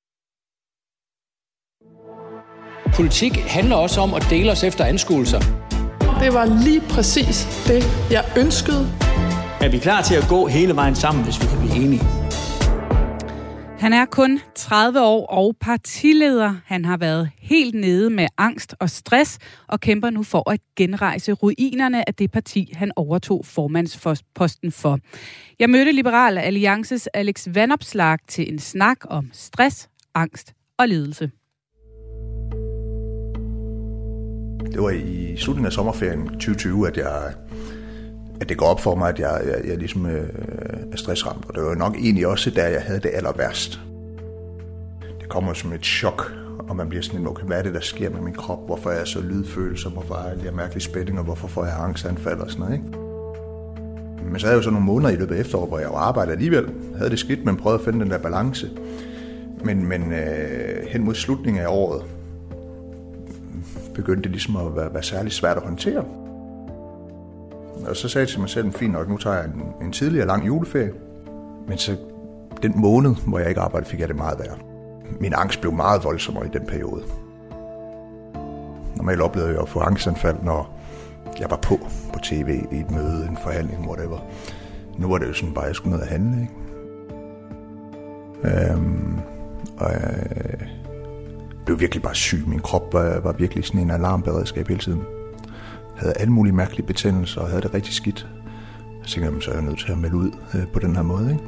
Politik handler også om at dele os efter anskuelser. Det var lige præcis det, jeg ønskede. Er vi klar til at gå hele vejen sammen, hvis vi kan blive enige? Han er kun tredive år og partileder. Han har været helt nede med angst og stress og kæmper nu for at genrejse ruinerne af det parti, han overtog formandsposten for. Jeg mødte Liberal Alliances Alex Vanopslagh til en snak om stress, angst og lidelse. Det var i slutningen af sommerferien tyve tyve, at jeg... at det går op for mig, at jeg, jeg, jeg ligesom øh, er stressramt. Og det var nok egentlig også, da jeg havde det aller værst. Det kommer som et chok, og man bliver sådan, okay, hvad er det, der sker med min krop? Hvorfor er jeg så lydfølsom? Hvorfor har jeg de her mærkelige spændinger? Hvorfor får jeg angstanfald og sådan noget, ikke? Men så havde jeg jo så nogle måneder i løbet af efteråret, hvor jeg jo arbejdede alligevel. Havde det skidt, men prøvede at finde den der balance. Men, men øh, hen mod slutningen af året begyndte det ligesom at være, være særligt svært at håndtere. Og så sagde jeg til mig selv, fint nok, nu tager jeg en, en tidligere lang juleferie. Men så den måned, hvor jeg ikke arbejdede, fik jeg det meget værre. Min angst blev meget voldsommere i den periode. Normalt oplevede jeg at få angstanfald, når jeg var på på tv i et møde, en forhandling, whatever. Nu var det jo sådan bare, at jeg skulle ned og handle, ikke? Øhm, og jeg blev virkelig bare syg. Min krop var, var virkelig sådan en alarmberedskab hele tiden. Jeg havde alle mulige mærkelige betændelser og havde det rigtig skidt. Jeg tænkte, så er jeg nødt til at melde ud øh, på den her måde, ikke?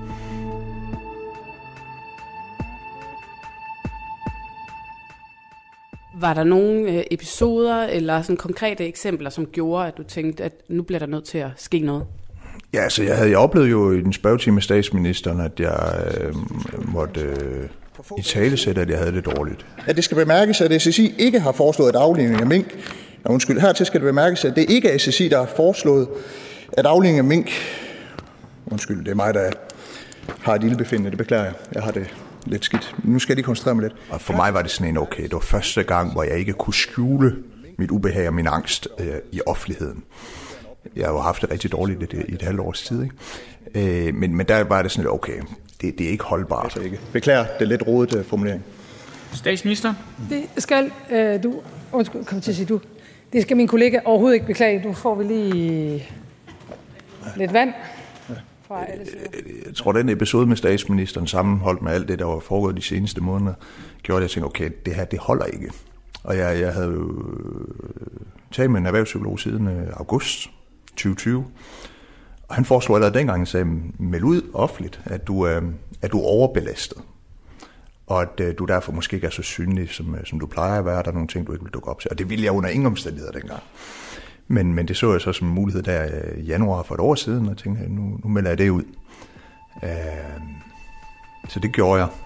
Var der nogle øh, episoder eller sådan konkrete eksempler, som gjorde, at du tænkte, at nu bliver der nødt til at ske noget? Ja, altså jeg havde jeg oplevede jo i en spørgetime med statsministeren, at jeg øh, måtte øh, i talesætte, at jeg havde det dårligt. Ja, det skal bemærkes, at S S I ikke har foreslået et aflivning af mink. Nå, undskyld, hertil skal det bemærkes, at det ikke er S S I, der har foreslået, at aflivning af mink... Undskyld, det er mig, der har et ildbefindende, det beklager jeg. Jeg har det lidt skidt. Nu skal jeg lige koncentrere mig lidt. Og for mig var det sådan en okay. Det var første gang, hvor jeg ikke kunne skjule mit ubehag og min angst øh, i offentligheden. Jeg har jo haft det rigtig dårligt i, det, i et halvt års tid, ikke? Øh, men, men der var det sådan lidt okay. Det, det er ikke holdbart. Altså ikke. Beklager, det er lidt rodet uh, formulering. Statsminister? Det skal øh, du... Undskyld, kom til at sige du. Det skal min kollega overhovedet ikke beklage. Nu får vi lige lidt vand. Jeg tror, den episode med statsministeren sammenholdt med alt det, der var foregået de seneste måneder, gjorde, at jeg tænkte, okay, det her, det holder ikke. Og jeg, jeg havde jo talt med en erhvervspsykolog siden august tyve tyve, og han foreslog allerede dengang, at sagde, meld ud offentligt, at du, at du er overbelastet, og at du derfor måske ikke er så synlig, som, som du plejer at være. Der er nogle ting, du ikke vil dukke op til, og det ville jeg under ingen omstændigheder dengang. Men, men det så jeg så som en mulighed der i januar for et år siden, og tænkte, nu, nu melder jeg det ud. Øh, så det gjorde jeg.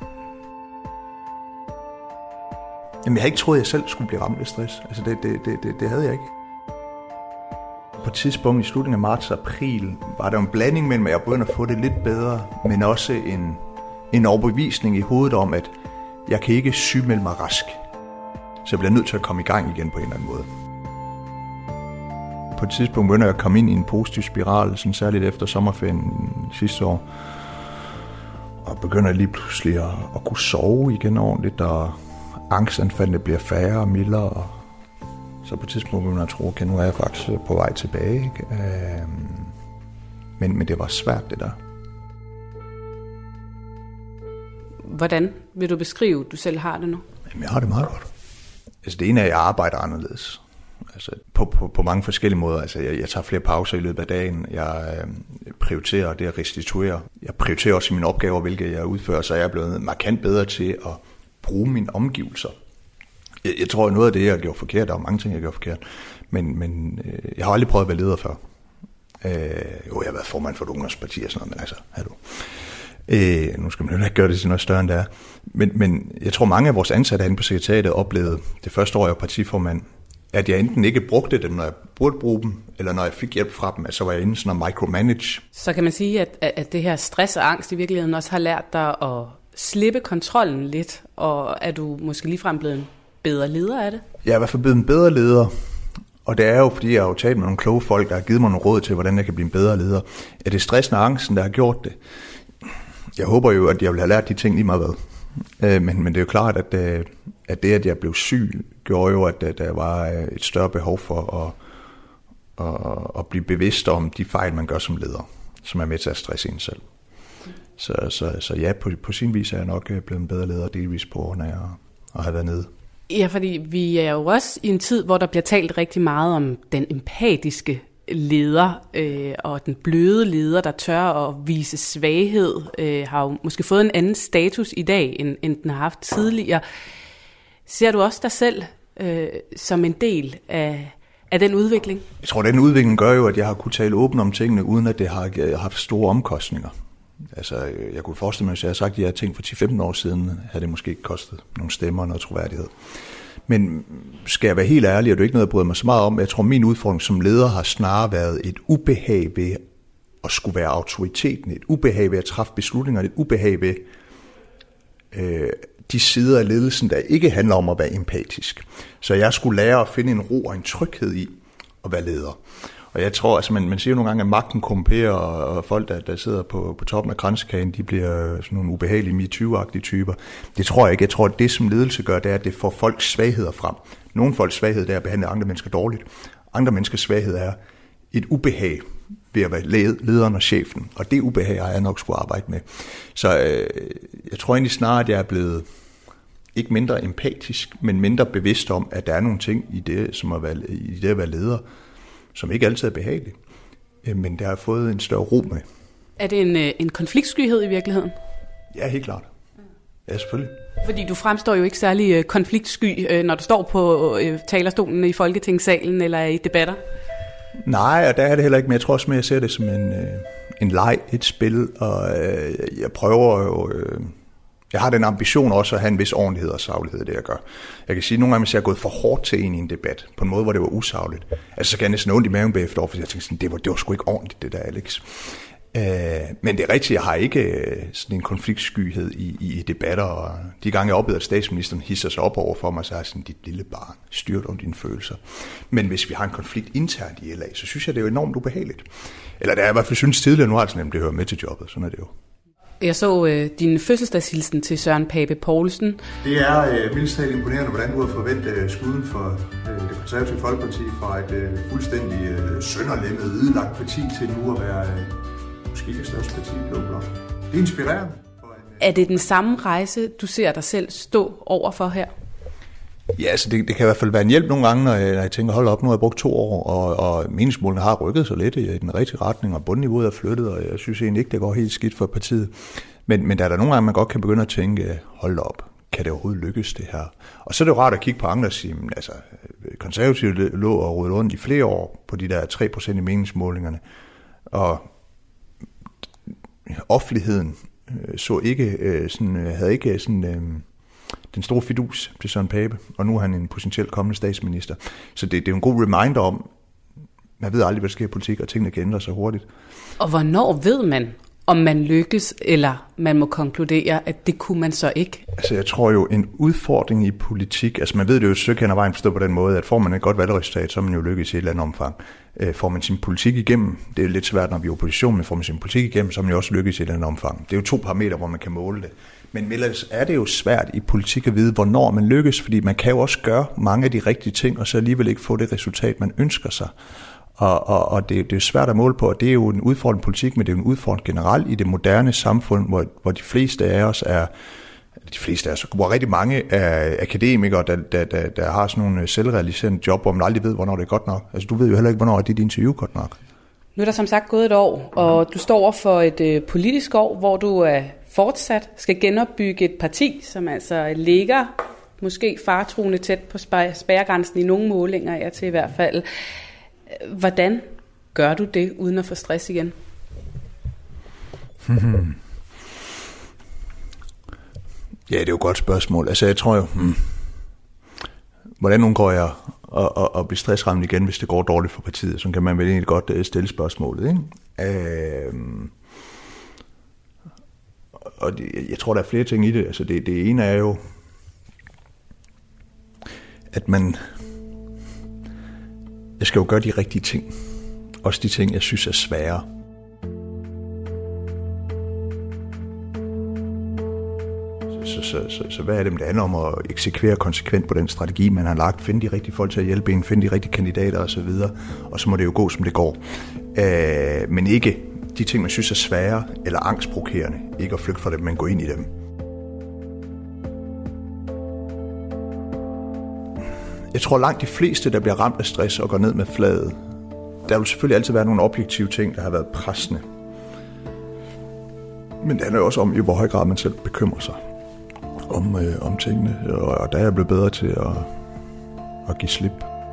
Jamen, jeg havde ikke troet, at jeg selv skulle blive ramt af stress. Altså, det, det, det, det, det havde jeg ikke. På et tidspunkt i slutningen af marts og april, var der en blanding mellem, at jeg begyndte at få det lidt bedre, men også en, en overbevisning i hovedet om, at jeg kan ikke sygemelde mig rask. Så jeg bliver nødt til at komme i gang igen på en eller anden måde. På et tidspunkt begynder jeg at komme ind i en positiv spiral, sådan særligt efter sommerferien sidste år. Og begynder lige pludselig at, at kunne sove igen ordentligt, og angstanfaldene bliver færre og mildere. Og så på et tidspunkt begynder jeg at tro, okay, nu er jeg faktisk på vej tilbage. Ikke? Men, men det var svært, det der. Hvordan vil du beskrive, at du selv har det nu? Jamen, jeg har det meget godt. Altså, det ene er, at jeg arbejder anderledes. Altså, på, på, på mange forskellige måder. Altså, jeg, jeg tager flere pauser i løbet af dagen. Jeg øh, prioritere, det at restituere. Jeg prioriterer også i mine opgaver, hvilke jeg udfører, så jeg er blevet markant bedre til at bruge mine omgivelser. Jeg, jeg tror, at noget af det, jeg har gjort forkert, der er mange ting, jeg har gjort forkert, men, men øh, jeg har aldrig prøvet at være leder før. Øh, jo, jeg har været formand for et ungdomsparti og sådan noget, men altså, hallo. Øh, nu skal man jo ikke gøre det til noget større, end det er. Men, men jeg tror, mange af vores ansatte herinde på sekretariatet oplevede det første år, jeg var partiformand, at jeg enten ikke brugte dem, når jeg burde bruge dem, eller når jeg fik hjælp fra dem, at så var jeg inde sådan at micromanage. Så kan man sige, at, at det her stress og angst i virkeligheden også har lært dig at slippe kontrollen lidt, og er du måske ligefrem blevet en bedre leder af det? Jeg er i hvert fald blevet en bedre leder, og det er jo, fordi jeg har jo talt med nogle kloge folk, der har givet mig nogle råd til, hvordan jeg kan blive en bedre leder. Er det stressen og angsten, der har gjort det? Jeg håber jo, at jeg vil have lært de ting lige meget hvad. Men, men det er jo klart, at, at det, at jeg blev syg, gjorde jo, at der var et større behov for at, at, at blive bevidst om de fejl, man gør som leder, som er med til at stresse en selv. Så, så, så ja, på, på sin vis er jeg nok blevet en bedre leder, delvis på grund af at, at have været nede. Ja, fordi vi er jo også i en tid, hvor der bliver talt rigtig meget om den empatiske leder, øh, og den bløde leder, der tør at vise svaghed, øh, har jo måske fået en anden status i dag, end, end den har haft tidligere. Ser du også dig selv øh, som en del af, af den udvikling? Jeg tror, den udvikling gør jo, at jeg har kunnet tale åbent om tingene, uden at det har haft store omkostninger. Altså, jeg kunne forestille mig, hvis jeg havde sagt de her ting for ti til femten år siden, havde det måske ikke kostet nogle stemmer og noget troværdighed. Men skal jeg være helt ærlig, og det er ikke noget, jeg bryder mig så meget om, jeg tror, min udfordring som leder har snarere været et ubehag ved at skulle være autoriteten, et ubehag ved at træffe beslutninger, et ubehag ved øh, de sider af ledelsen, der ikke handler om at være empatisk. Så jeg skulle lære at finde en ro og en tryghed i at være leder. Og jeg tror, altså man, man siger jo nogle gange, at magten korrumperer, og folk, der, der sidder på, på toppen af kransekagen, de bliver sådan nogle ubehagelige MeToo-agtige typer. Det tror jeg ikke. Jeg tror, at det, som ledelse gør, det er, at det får folks svagheder frem. Nogle folks svaghed, det er at behandle andre mennesker dårligt. Andre menneskers svaghed er et ubehag ved at være lederen og chefen. Og det ubehag har jeg nok skulle arbejde med. Så øh, jeg tror egentlig snarere, at jeg er blevet ikke mindre empatisk, men mindre bevidst om, at der er nogle ting i det, som at være, i det at være leder, som ikke altid er behageligt, men der har fået en større ro med. Er det en, en konfliktskyhed i virkeligheden? Ja, helt klart. Ja, selvfølgelig. Fordi du fremstår jo ikke særlig konfliktsky, når du står på talerstolen i Folketingssalen eller i debatter. Nej, og der er det heller ikke, men jeg tror også, at jeg ser det som en, en leg, et spil, og jeg prøver jo... Jeg har den ambition også at have en vis ordentlighed og saglighed i det, jeg gør. Jeg kan sige, at nogle gange, hvis jeg er gået for hårdt til en i en debat, på en måde, hvor det var usagligt, altså så kan jeg næsten ondt i maven bagefter, for jeg tænkte sådan, det var, det var sgu ikke ordentligt, det der, Alex. Øh, men det er rigtigt, jeg har ikke sådan en konfliktskyhed i, i debatter, og de gange jeg oplevede, at statsministeren hisser sig op over for mig, så er jeg sådan, dit lille barn, styrt om dine følelser. Men hvis vi har en konflikt internt i L A, så synes jeg, det er jo enormt ubehageligt. Eller det er i hvert fald synes tidligere, nu har jeg sådan, det hører med til jobbet, sådan er det jo. Jeg så øh, din fødselsdagshilsen til Søren Pape Poulsen. Det er øh, mindst talt imponerende, hvordan du har forventet øh, skuden for øh, det konservative folkeparti fra et øh, fuldstændig øh, sønderlemmet, ødelagt parti til nu at være øh, måske det største parti i Blå Blok. Det er inspirerende. Er det den samme rejse, du ser dig selv stå overfor her? Ja, altså det, det kan i hvert fald være en hjælp nogle gange, når jeg, når jeg tænker, hold op, nu har jeg brugt to år, og, og meningsmålene har rykket sig lidt i den rigtige retning, og bundniveauet er flyttet, og jeg synes egentlig ikke, det går helt skidt for partiet. Men, men der er der nogle gange, man godt kan begynde at tænke, hold op, kan det overhovedet lykkes det her? Og så er det jo rart at kigge på andre og sige, altså konservative lå og rydde rundt i flere år på de der tre procent i meningsmålingerne, og offentligheden så ikke, sådan, havde ikke sådan... den store fidus til Søren Pape, og nu er han en potentielt kommende statsminister. Så det, det er jo en god reminder om, man ved aldrig, hvad der sker i politik, og tingene kan ændre sig hurtigt. Og hvornår ved man, om man lykkes, eller man må konkludere, at det kunne man så ikke? Altså jeg tror jo, en udfordring i politik, altså man ved det jo et stykke hen ad vejen forstået på den måde, at får man et godt valgresultat, så er man jo lykkes i et eller andet omfang. Får man sin politik igennem, det er lidt svært, når vi er i opposition, men får man sin politik igennem, så er man jo også lykkes i et eller andet omfang. Det er jo to parametre, hvor man kan måle det. Men ellers er det jo svært i politik at vide, hvornår man lykkes, fordi man kan jo også gøre mange af de rigtige ting, og så alligevel ikke få det resultat, man ønsker sig. Og, og, og det, det er jo svært at måle på, og det er jo en udfordring politik, men det er jo en udfordring generelt i det moderne samfund, hvor, hvor de fleste af os er, de fleste af os, hvor rigtig mange er akademikere, der, der, der, der har sådan nogle selvrealiserende job, hvor man aldrig ved, hvornår det er godt nok. Altså du ved jo heller ikke, hvornår er dit interview godt nok. Nu er der som sagt gået et år, og du står over for et øh, politisk år, hvor du er fortsat skal genopbygge et parti, som altså ligger måske faretruende tæt på spærregrænsen i nogle målinger, er til i hvert fald. Hvordan gør du det, uden at få stress igen? Hmm. Ja, det er jo et godt spørgsmål. Altså, jeg tror jo, hmm, hvordan undgår jeg at, at, at blive stressramt igen, hvis det går dårligt for partiet? Så kan man vel egentlig godt stille spørgsmålet, ikke? Øh, og det, jeg tror, der er flere ting i det. Altså, det, det ene er jo, at man... Jeg skal jo gøre de rigtige ting. Også de ting, jeg synes er svære. Så, så, så, så hvad er det, det handler om at eksekvere konsekvent på den strategi, man har lagt, finde de rigtige folk til at hjælpe en, finde de rigtige kandidater osv., og så må det jo gå, som det går. Øh, men ikke de ting, man synes er svære eller angstprovokerende, ikke at flygte fra dem, men gå ind i dem. Jeg tror langt de fleste, der bliver ramt af stress og går ned med fladet, der vil selvfølgelig altid være nogle objektive ting, der har været pressende. Men det handler jo også om, i hvor høj grad man selv bekymrer sig om, øh, om tingene, og, og der er jeg blevet bedre til at, at give slip.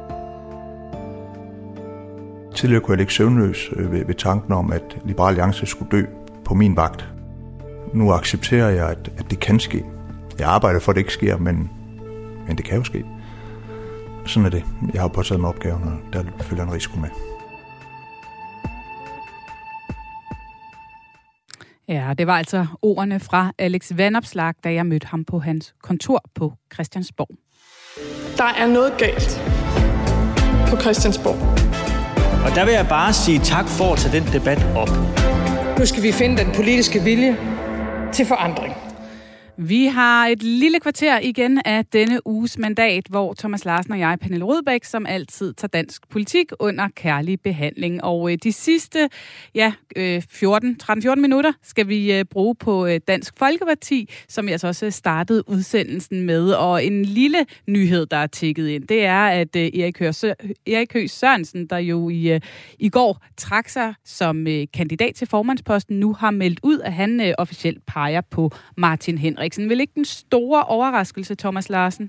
Tidligere kunne jeg ligge søvnløs øh, ved, ved tanken om, at Liberal Alliance skulle dø på min vagt. Nu accepterer jeg, at, at det kan ske. Jeg arbejder for, at det ikke sker, men, men det kan jo ske. Sådan er det. Jeg har påtaget mig opgaven, og der følger en risiko med. Ja, det var altså ordene fra Alex Vanopslagh, da jeg mødte ham på hans kontor på Christiansborg. Der er noget galt på Christiansborg. Og der vil jeg bare sige tak for at tage den debat op. Nu skal vi finde den politiske vilje til forandring. Vi har et lille kvarter igen af denne uges mandat, hvor Thomas Larsen og jeg, Pernille Rødbæk, som altid tager dansk politik under kærlig behandling. Og de sidste ja, tretten fjorten minutter skal vi bruge på Dansk Folkeparti, som jeg altså også startede udsendelsen med. Og en lille nyhed, der er tikket ind, det er, at Erik Høegh Sørensen, der jo i, i går trak sig som kandidat til formandsposten, nu har meldt ud, at han officielt peger på Martin Henriksen. Vil ikke den store overraskelse, Thomas Larsen?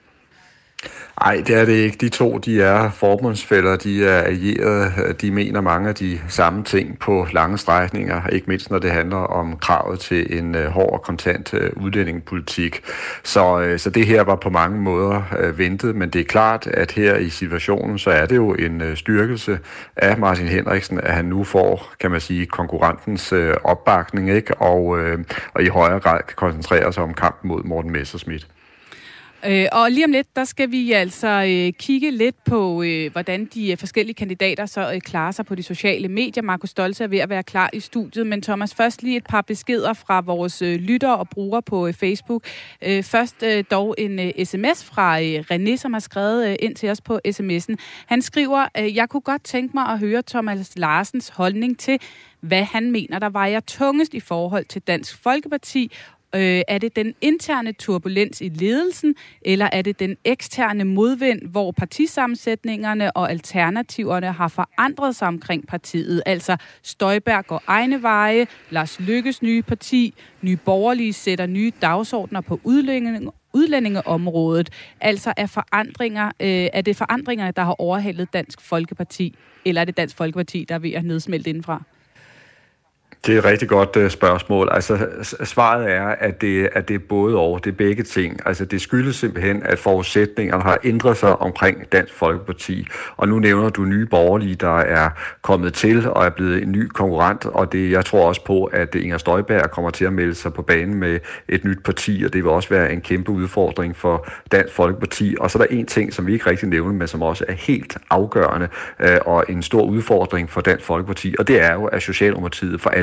Nej, det er det ikke. De to, de er forbundsfæller, de er allierede, de mener mange af de samme ting på lange strækninger, ikke mindst når det handler om kravet til en uh, hård og kontant uh, udlændingepolitik. Så, uh, så det her var på mange måder uh, ventet, men det er klart, at her i situationen, så er det jo en uh, styrkelse af Martin Henriksen, at han nu får, kan man sige, konkurrentens uh, opbakning, ikke? Og, uh, og i højere grad kan koncentrere sig om kampen mod Morten Messerschmidt. Øh, og lige om lidt, der skal vi altså øh, kigge lidt på, øh, hvordan de øh, forskellige kandidater så øh, klarer sig på de sociale medier. Markus Stolte er ved at være klar i studiet, men Thomas, først lige et par beskeder fra vores øh, lyttere og brugere på øh, Facebook. Øh, først øh, dog en øh, sms fra øh, René, som har skrevet øh, ind til os på sms'en. Han skriver, øh, jeg kunne godt tænke mig at høre Thomas Larsens holdning til, hvad han mener, der vejer tungest i forhold til Dansk Folkeparti. Øh, er det den interne turbulens i ledelsen, eller er det den eksterne modvind, hvor partisammensætningerne og alternativerne har forandret sig omkring partiet? Altså Støjberg går egne veje, Lars Løkkes nye parti, Nye Borgerlige sætter nye dagsordner på udlændinge, udlændingeområdet. Altså er, forandringer, øh, er det forandringerne, der har overhalet Dansk Folkeparti, eller er det Dansk Folkeparti, der er ved at nedsmelte indenfra? Det er et rigtig godt uh, spørgsmål. Altså, svaret er, at det, at det er både og, det er begge ting. Altså, det skyldes simpelthen, at forudsætningerne har ændret sig omkring Dansk Folkeparti. Og nu nævner du Nye Borgerlige, der er kommet til og er blevet en ny konkurrent. Og det, jeg tror også på, at Inger Støjberg kommer til at melde sig på banen med et nyt parti, og det vil også være en kæmpe udfordring for Dansk Folkeparti. Og så er der en ting, som vi ikke rigtig nævner, men som også er helt afgørende uh, og en stor udfordring for Dansk Folkeparti, og det er jo, at Socialdemokratiet for alvor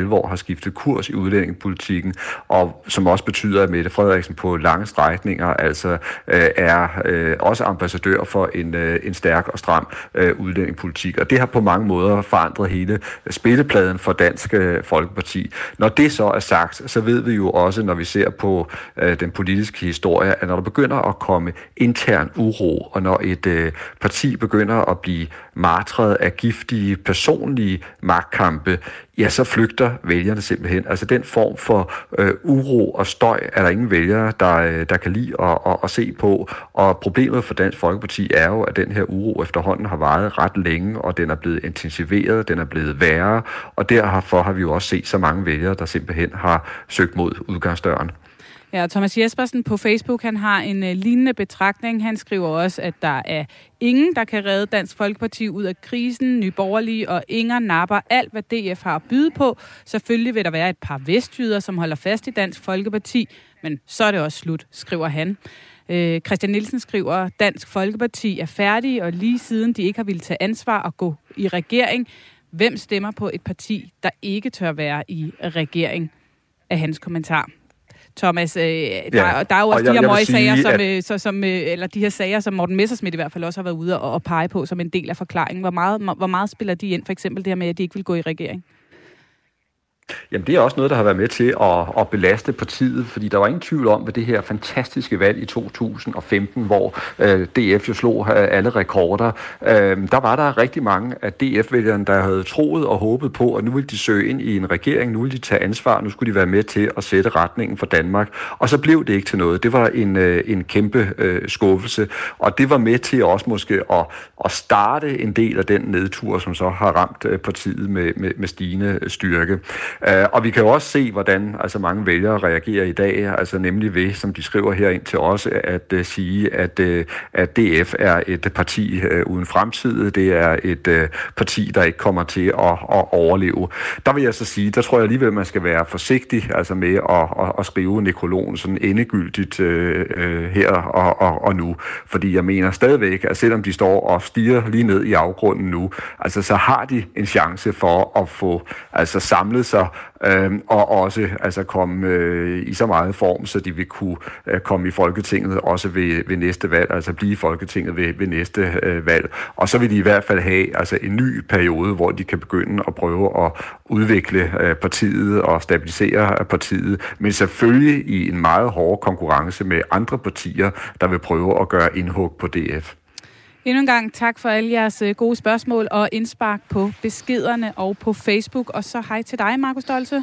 alvor har skiftet kurs i udlændingepolitikken, og som også betyder, at Mette Frederiksen på lange strækninger altså øh, er øh, også ambassadør for en, øh, en stærk og stram øh, udlændingepolitik. Og det har på mange måder forandret hele spillepladen for Dansk øh, Folkeparti. Når det så er sagt, så ved vi jo også, når vi ser på øh, den politiske historie, at når der begynder at komme intern uro, og når et øh, parti begynder at blive martret af giftige, personlige magtkampe, ja, så flygter vælgerne simpelthen. Altså den form for øh, uro og støj er der ingen vælgere, der, der kan lide at, at, at se på. Og problemet for Dansk Folkeparti er jo, at den her uro efterhånden har varet ret længe, og den er blevet intensiveret, den er blevet værre, og derfor har vi jo også set så mange vælgere, der simpelthen har søgt mod udgangsdøren. Ja, Thomas Jespersen på Facebook, han har en uh, lignende betragtning. Han skriver også, at der er ingen, der kan redde Dansk Folkeparti ud af krisen. Nye Borgerlige og Inger napper alt, hvad D F har at byde på. Selvfølgelig vil der være et par vestjyder, som holder fast i Dansk Folkeparti, men så er det også slut, skriver han. Øh, Christian Nielsen skriver, Dansk Folkeparti er færdige, og lige siden de ikke har ville tage ansvar og gå i regering. Hvem stemmer på et parti, der ikke tør være i regering? Af hans kommentar. Thomas, øh, ja. der, der er jo også de her møgsager, som, at... øh, så, som, øh, eller de her sager, som Morten Messerschmidt i hvert fald også har været ude og, og pege på som en del af forklaringen. Hvor meget, hvor meget spiller de ind, for eksempel det her med, at de ikke vil gå i regering? Jamen det er også noget, der har været med til at, at belaste partiet, fordi der var ingen tvivl om, ved det her fantastiske valg i to tusind og femten, hvor øh, D F jo slog øh, alle rekorder. Øh, der var der rigtig mange af D F-vælgerne, der havde troet og håbet på, at nu ville de søge ind i en regering, nu ville de tage ansvar, nu skulle de være med til at sætte retningen for Danmark. Og så blev det ikke til noget. Det var en, øh, en kæmpe øh, skuffelse, og det var med til også måske at, at starte en del af den nedtur, som så har ramt øh, partiet med, med, med stigende styrke. Uh, og vi kan jo også se, hvordan altså, mange vælgere reagerer i dag, altså nemlig ved, som de skriver her ind til os, at uh, sige, at, uh, at D F er et parti uh, uden fremtid. Det er et uh, parti, der ikke kommer til at, at overleve. Der vil jeg så sige, der tror jeg alligevel, man skal være forsigtig altså med at, at, at skrive nekrologen sådan endegyldigt uh, uh, her og, og, og nu. Fordi jeg mener stadigvæk, at selvom de står og stiger lige ned i afgrunden nu, altså så har de en chance for at få altså samlet sig Øhm, og også altså komme øh, i så meget form, så de vil kunne øh, komme i Folketinget også ved, ved næste valg, altså blive i Folketinget ved, ved næste øh, valg. Og så vil de i hvert fald have altså en ny periode, hvor de kan begynde at prøve at udvikle øh, partiet og stabilisere partiet, men selvfølgelig i en meget hård konkurrence med andre partier, der vil prøve at gøre indhug på D F. Endnu en gang tak for alle jeres gode spørgsmål og indspark på beskederne og på Facebook. Og så hej til dig, Markus Stolze.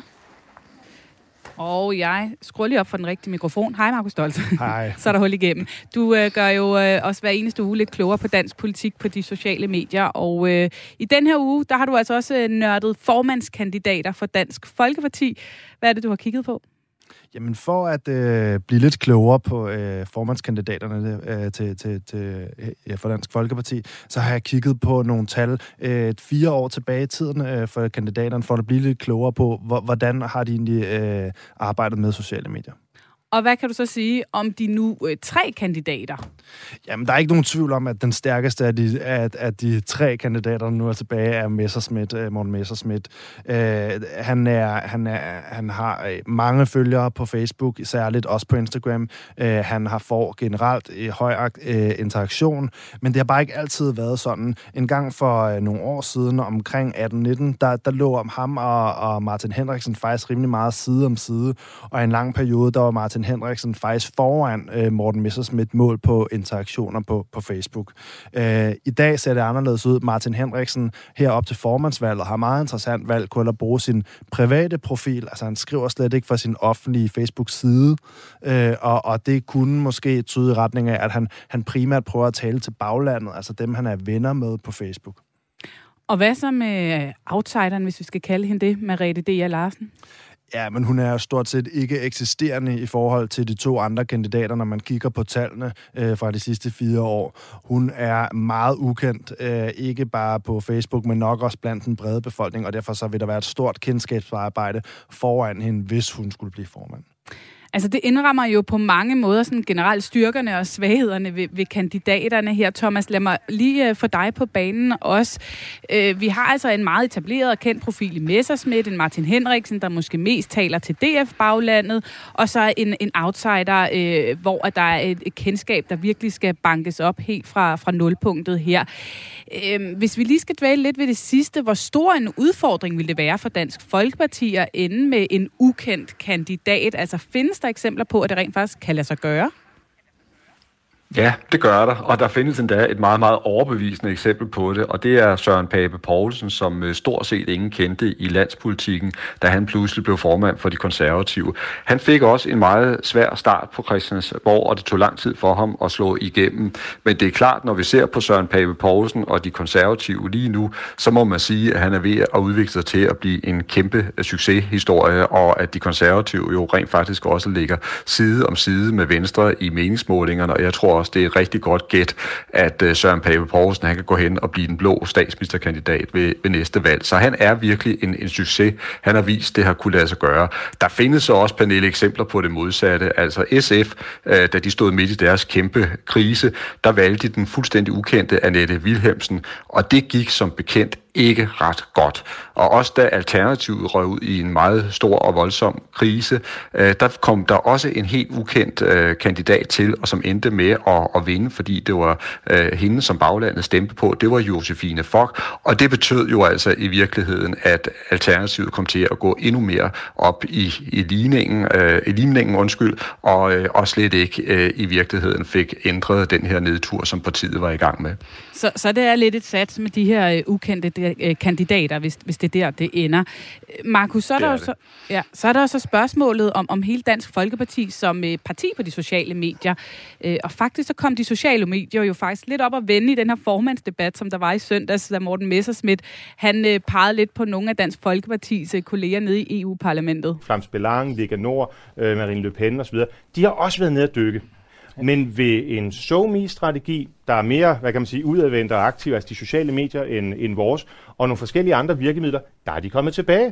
Og jeg skruer lige op for den rigtige mikrofon. Hej, Markus Stolze. Hej. Så er der hul igennem. Du øh, gør jo øh, også hver eneste uge lidt klogere på dansk politik på de sociale medier. Og øh, i den her uge, der har du altså også nørdet formandskandidater for Dansk Folkeparti. Hvad er det, du har kigget på? Jamen for at øh, blive lidt klogere på øh, formandskandidaterne øh, til, til, til, ja, for Dansk Folkeparti, så har jeg kigget på nogle tal øh, fire år tilbage i tiden øh, for kandidaterne, for at blive lidt klogere på, hvor, hvordan har de egentlig øh, arbejdet med sociale medier. Og hvad kan du så sige om de nu øh, tre kandidater? Jamen, der er ikke nogen tvivl om, at den stærkeste af de, af, af de tre kandidater, der nu er tilbage, er Messerschmidt, uh, Morten Messerschmidt. Uh, han, er, han, er, han har mange følgere på Facebook, særligt også på Instagram. Uh, han har får generelt uh, høj uh, interaktion, men det har bare ikke altid været sådan. En gang for uh, nogle år siden, omkring atten nitten, der, der lå om ham og, og Martin Henriksen faktisk rimelig meget side om side, og i en lang periode, der var Martin Henriksen faktisk foran øh, Morten Messerschmidt mål på interaktioner på, på Facebook. Øh, I dag ser det anderledes ud. Martin Henriksen herop til formandsvalget har meget interessant valg, kunne at bruge sin private profil. Altså han skriver slet ikke fra sin offentlige Facebook-side, øh, og, og det kunne måske tyde i retning af, at han, han primært prøver at tale til baglandet, altså dem, han er venner med på Facebook. Og hvad så med outsideren, hvis vi skal kalde hende det, Merete Dea Larsen? Ja, men hun er stort set ikke eksisterende i forhold til de to andre kandidater, når man kigger på tallene øh, fra de sidste fire år. Hun er meget ukendt, øh, ikke bare på Facebook, men nok også blandt den brede befolkning, og derfor så vil der være et stort kendskabsarbejde foran hende, hvis hun skulle blive formand. Altså det indrammer jo på mange måder sådan generelt styrkerne og svaghederne ved, ved kandidaterne her. Thomas, lad mig lige få dig på banen også. Øh, vi har altså en meget etableret og kendt profil i Messerschmidt, en Martin Henriksen, der måske mest taler til D F-baglandet, og så en, en outsider, øh, hvor der er et, et kendskab, der virkelig skal bankes op helt fra, fra nulpunktet her. Øh, hvis vi lige skal dvæle lidt ved det sidste, hvor stor en udfordring vil det være for Dansk Folkeparti at ende med en ukendt kandidat? Altså findes der eksempler på, at det rent faktisk kan lade sig gøre? Ja, det gør der, og der findes endda et meget, meget overbevisende eksempel på det, og det er Søren Pape Poulsen, som stort set ingen kendte i landspolitikken, da han pludselig blev formand for de konservative. Han fik også en meget svær start på Christiansborg, og det tog lang tid for ham at slå igennem. Men det er klart, når vi ser på Søren Pape Poulsen og de konservative lige nu, så må man sige, at han er ved at udvikle sig til at blive en kæmpe succeshistorie, og at de konservative jo rent faktisk også ligger side om side med Venstre i meningsmålingerne, og jeg tror også, det er et rigtig godt gæt, at Søren Pape Poulsen han kan gå hen og blive den blå statsministerkandidat ved, ved næste valg. Så han er virkelig en, en succes. Han har vist, det har kunne lade sig gøre. Der findes så også, Pernille, eksempler på det modsatte. Altså S F, øh, da de stod midt i deres kæmpe krise, der valgte den fuldstændig ukendte Annette Wilhelmsen, og det gik som bekendt ikke ret godt. Og også da Alternativet røg ud i en meget stor og voldsom krise, øh, der kom der også en helt ukendt øh, kandidat til, og som endte med at, at vinde, fordi det var øh, hende, som baglandet stemte på. Det var Josefine Fock, og det betød jo altså i virkeligheden, at Alternativet kom til at gå endnu mere op i, i ligningen, øh, i ligningen undskyld, og, øh, og slet ikke øh, i virkeligheden fik ændret den her nedtur, som partiet var i gang med. Så, så det er lidt et sats med de her øh, ukendte øh, kandidater, hvis, hvis det er der, det ender. Markus, så er, der er så, ja, så er der også spørgsmålet om, om hele Dansk Folkeparti som øh, parti på de sociale medier. Øh, og faktisk så kom de sociale medier jo faktisk lidt op at vende i den her formandsdebat, som der var i søndags, da Morten Messerschmidt, han øh, pegede lidt på nogle af Dansk Folkepartis øh, kolleger nede i E U-parlamentet. Flams Belang, Lega Nord, øh, Marine Le Pen osv., de har også været nede at dykke. Men ved en SoMe-strategi, der er mere, hvad kan man sige, udadvendt og aktiv, altså de sociale medier, end, end vores, og nogle forskellige andre virkemidler, der er de kommet tilbage.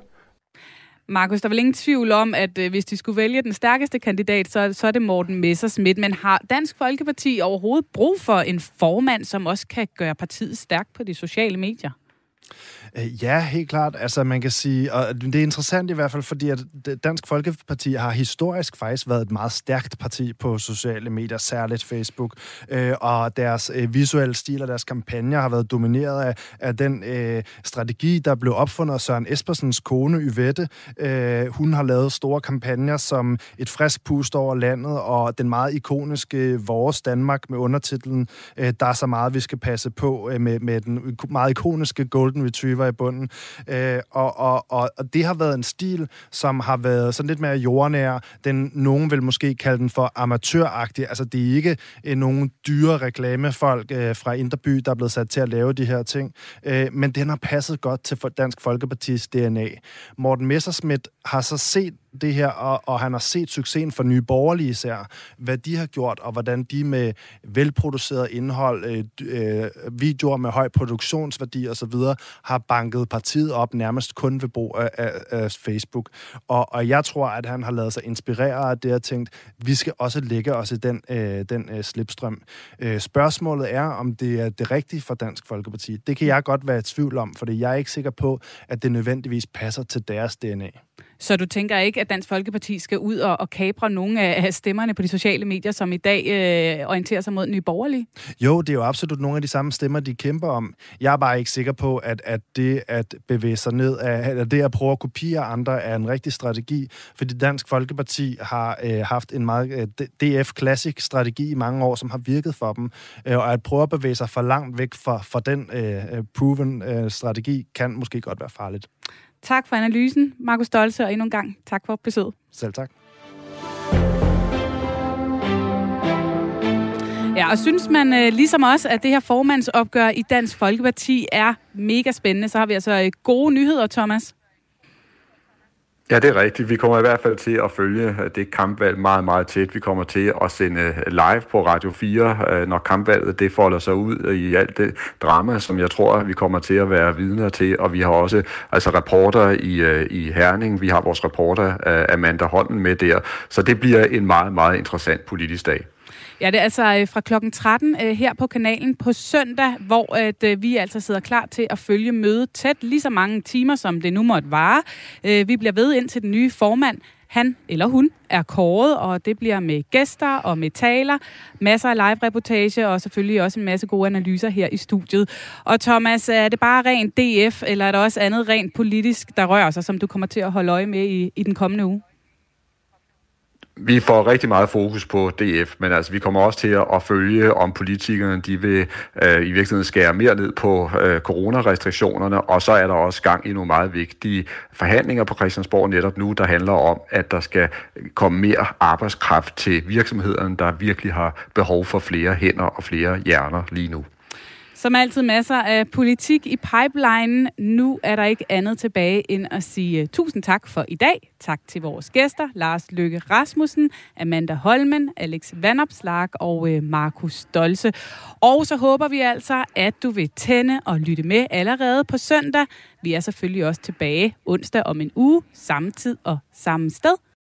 Markus, der er vel ingen tvivl om, at øh, hvis de skulle vælge den stærkeste kandidat, så, så er det Morten Messerschmidt. Men har Dansk Folkeparti overhovedet brug for en formand, som også kan gøre partiet stærkt på de sociale medier? Ja, helt klart. Altså man kan sige, og det er interessant i hvert fald, fordi at Dansk Folkeparti har historisk faktisk været et meget stærkt parti på sociale medier, særligt Facebook, øh, og deres øh, visuelle stil og deres kampagner har været domineret af, af den øh, strategi, der blev opfundet af Søren Espersens kone, Yvette. Øh, hun har lavet store kampagner som et frisk pust over landet, og den meget ikoniske Vores Danmark med undertitlen øh, Der er så meget, vi skal passe på, øh, med, med den meget ikoniske Golden Retriever i bunden. Øh, og, og, og, og det har været en stil, som har været sådan lidt mere jordnær. Den, nogen vil måske kalde den for amatøragtig. Altså, det er ikke øh, nogen dyre reklamefolk øh, fra Indre By, der er blevet sat til at lave de her ting. Øh, men den har passet godt til Dansk Folkepartis D N A. Morten Messerschmidt har så set det her, og, og han har set succesen for Nye Borgerlige især, hvad de har gjort, og hvordan de med velproduceret indhold, øh, øh, videoer med høj produktionsværdi osv., har banket partiet op nærmest kun ved brug af, af, af Facebook. Og, og jeg tror, at han har lavet sig inspirere af det og tænkt, vi skal også lægge os i den, øh, den øh, slipstrøm. Øh, spørgsmålet er, om det er det rigtige for Dansk Folkeparti. Det kan jeg godt være i tvivl om, fordi jeg er ikke sikker på, at det nødvendigvis passer til deres D N A. Så du tænker ikke, at Dansk Folkeparti skal ud og, og kapre nogle af stemmerne på de sociale medier, som i dag øh, orienterer sig mod Nye Borgerlige? Jo, det er jo absolut nogle af de samme stemmer, de kæmper om. Jeg er bare ikke sikker på, at, at det at bevæge sig ned, at det at prøve at kopiere andre, er en rigtig strategi, fordi Dansk Folkeparti har øh, haft en meget øh, D F-klassik-strategi i mange år, som har virket for dem, øh, og at prøve at bevæge sig for langt væk fra, fra den øh, proven øh, strategi, kan måske godt være farligt. Tak for analysen, Markus Stolze, og endnu en gang tak for besøget. Selv tak. Ja, og synes man øh, ligesom os, at det her formandsopgør i Dansk Folkeparti er mega spændende, så har vi altså øh, gode nyheder, Thomas. Ja, det er rigtigt. Vi kommer i hvert fald til at følge det kampvalg meget, meget tæt. Vi kommer til at sende live på Radio fire, når kampvalget det folder sig ud i alt det drama, som jeg tror, vi kommer til at være vidner til. Og vi har også altså reporter i, i Herning. Vi har vores reporter Amanda Holmen med der. Så det bliver en meget, meget interessant politisk dag. Ja, det er altså fra klokken tretten her på kanalen på søndag, hvor at vi altså sidder klar til at følge mødet tæt lige så mange timer, som det nu måtte vare. Vi bliver ved ind til den nye formand. Han eller hun er kåret, og det bliver med gæster og med taler, masser af live-reportage og selvfølgelig også en masse gode analyser her i studiet. Og Thomas, er det bare rent D F, eller er der også andet rent politisk, der rører sig, som du kommer til at holde øje med i, i den kommende uge? Vi får rigtig meget fokus på D F, men altså vi kommer også til at, at følge, om politikerne de vil øh, i virkeligheden skære mere ned på øh, coronarestriktionerne, og så er der også gang i nogle meget vigtige forhandlinger på Christiansborg netop nu, der handler om, at der skal komme mere arbejdskraft til virksomhederne, der virkelig har behov for flere hænder og flere hjerner lige nu. Som altid masser af politik i pipelinen. Nu er der ikke andet tilbage end at sige tusind tak for i dag. Tak til vores gæster, Lars Løkke Rasmussen, Amanda Holmen, Alex Vanopslagh og Markus Stolze. Og så håber vi altså, at du vil tænde og lytte med allerede på søndag. Vi er selvfølgelig også tilbage onsdag om en uge, samme tid og samme sted.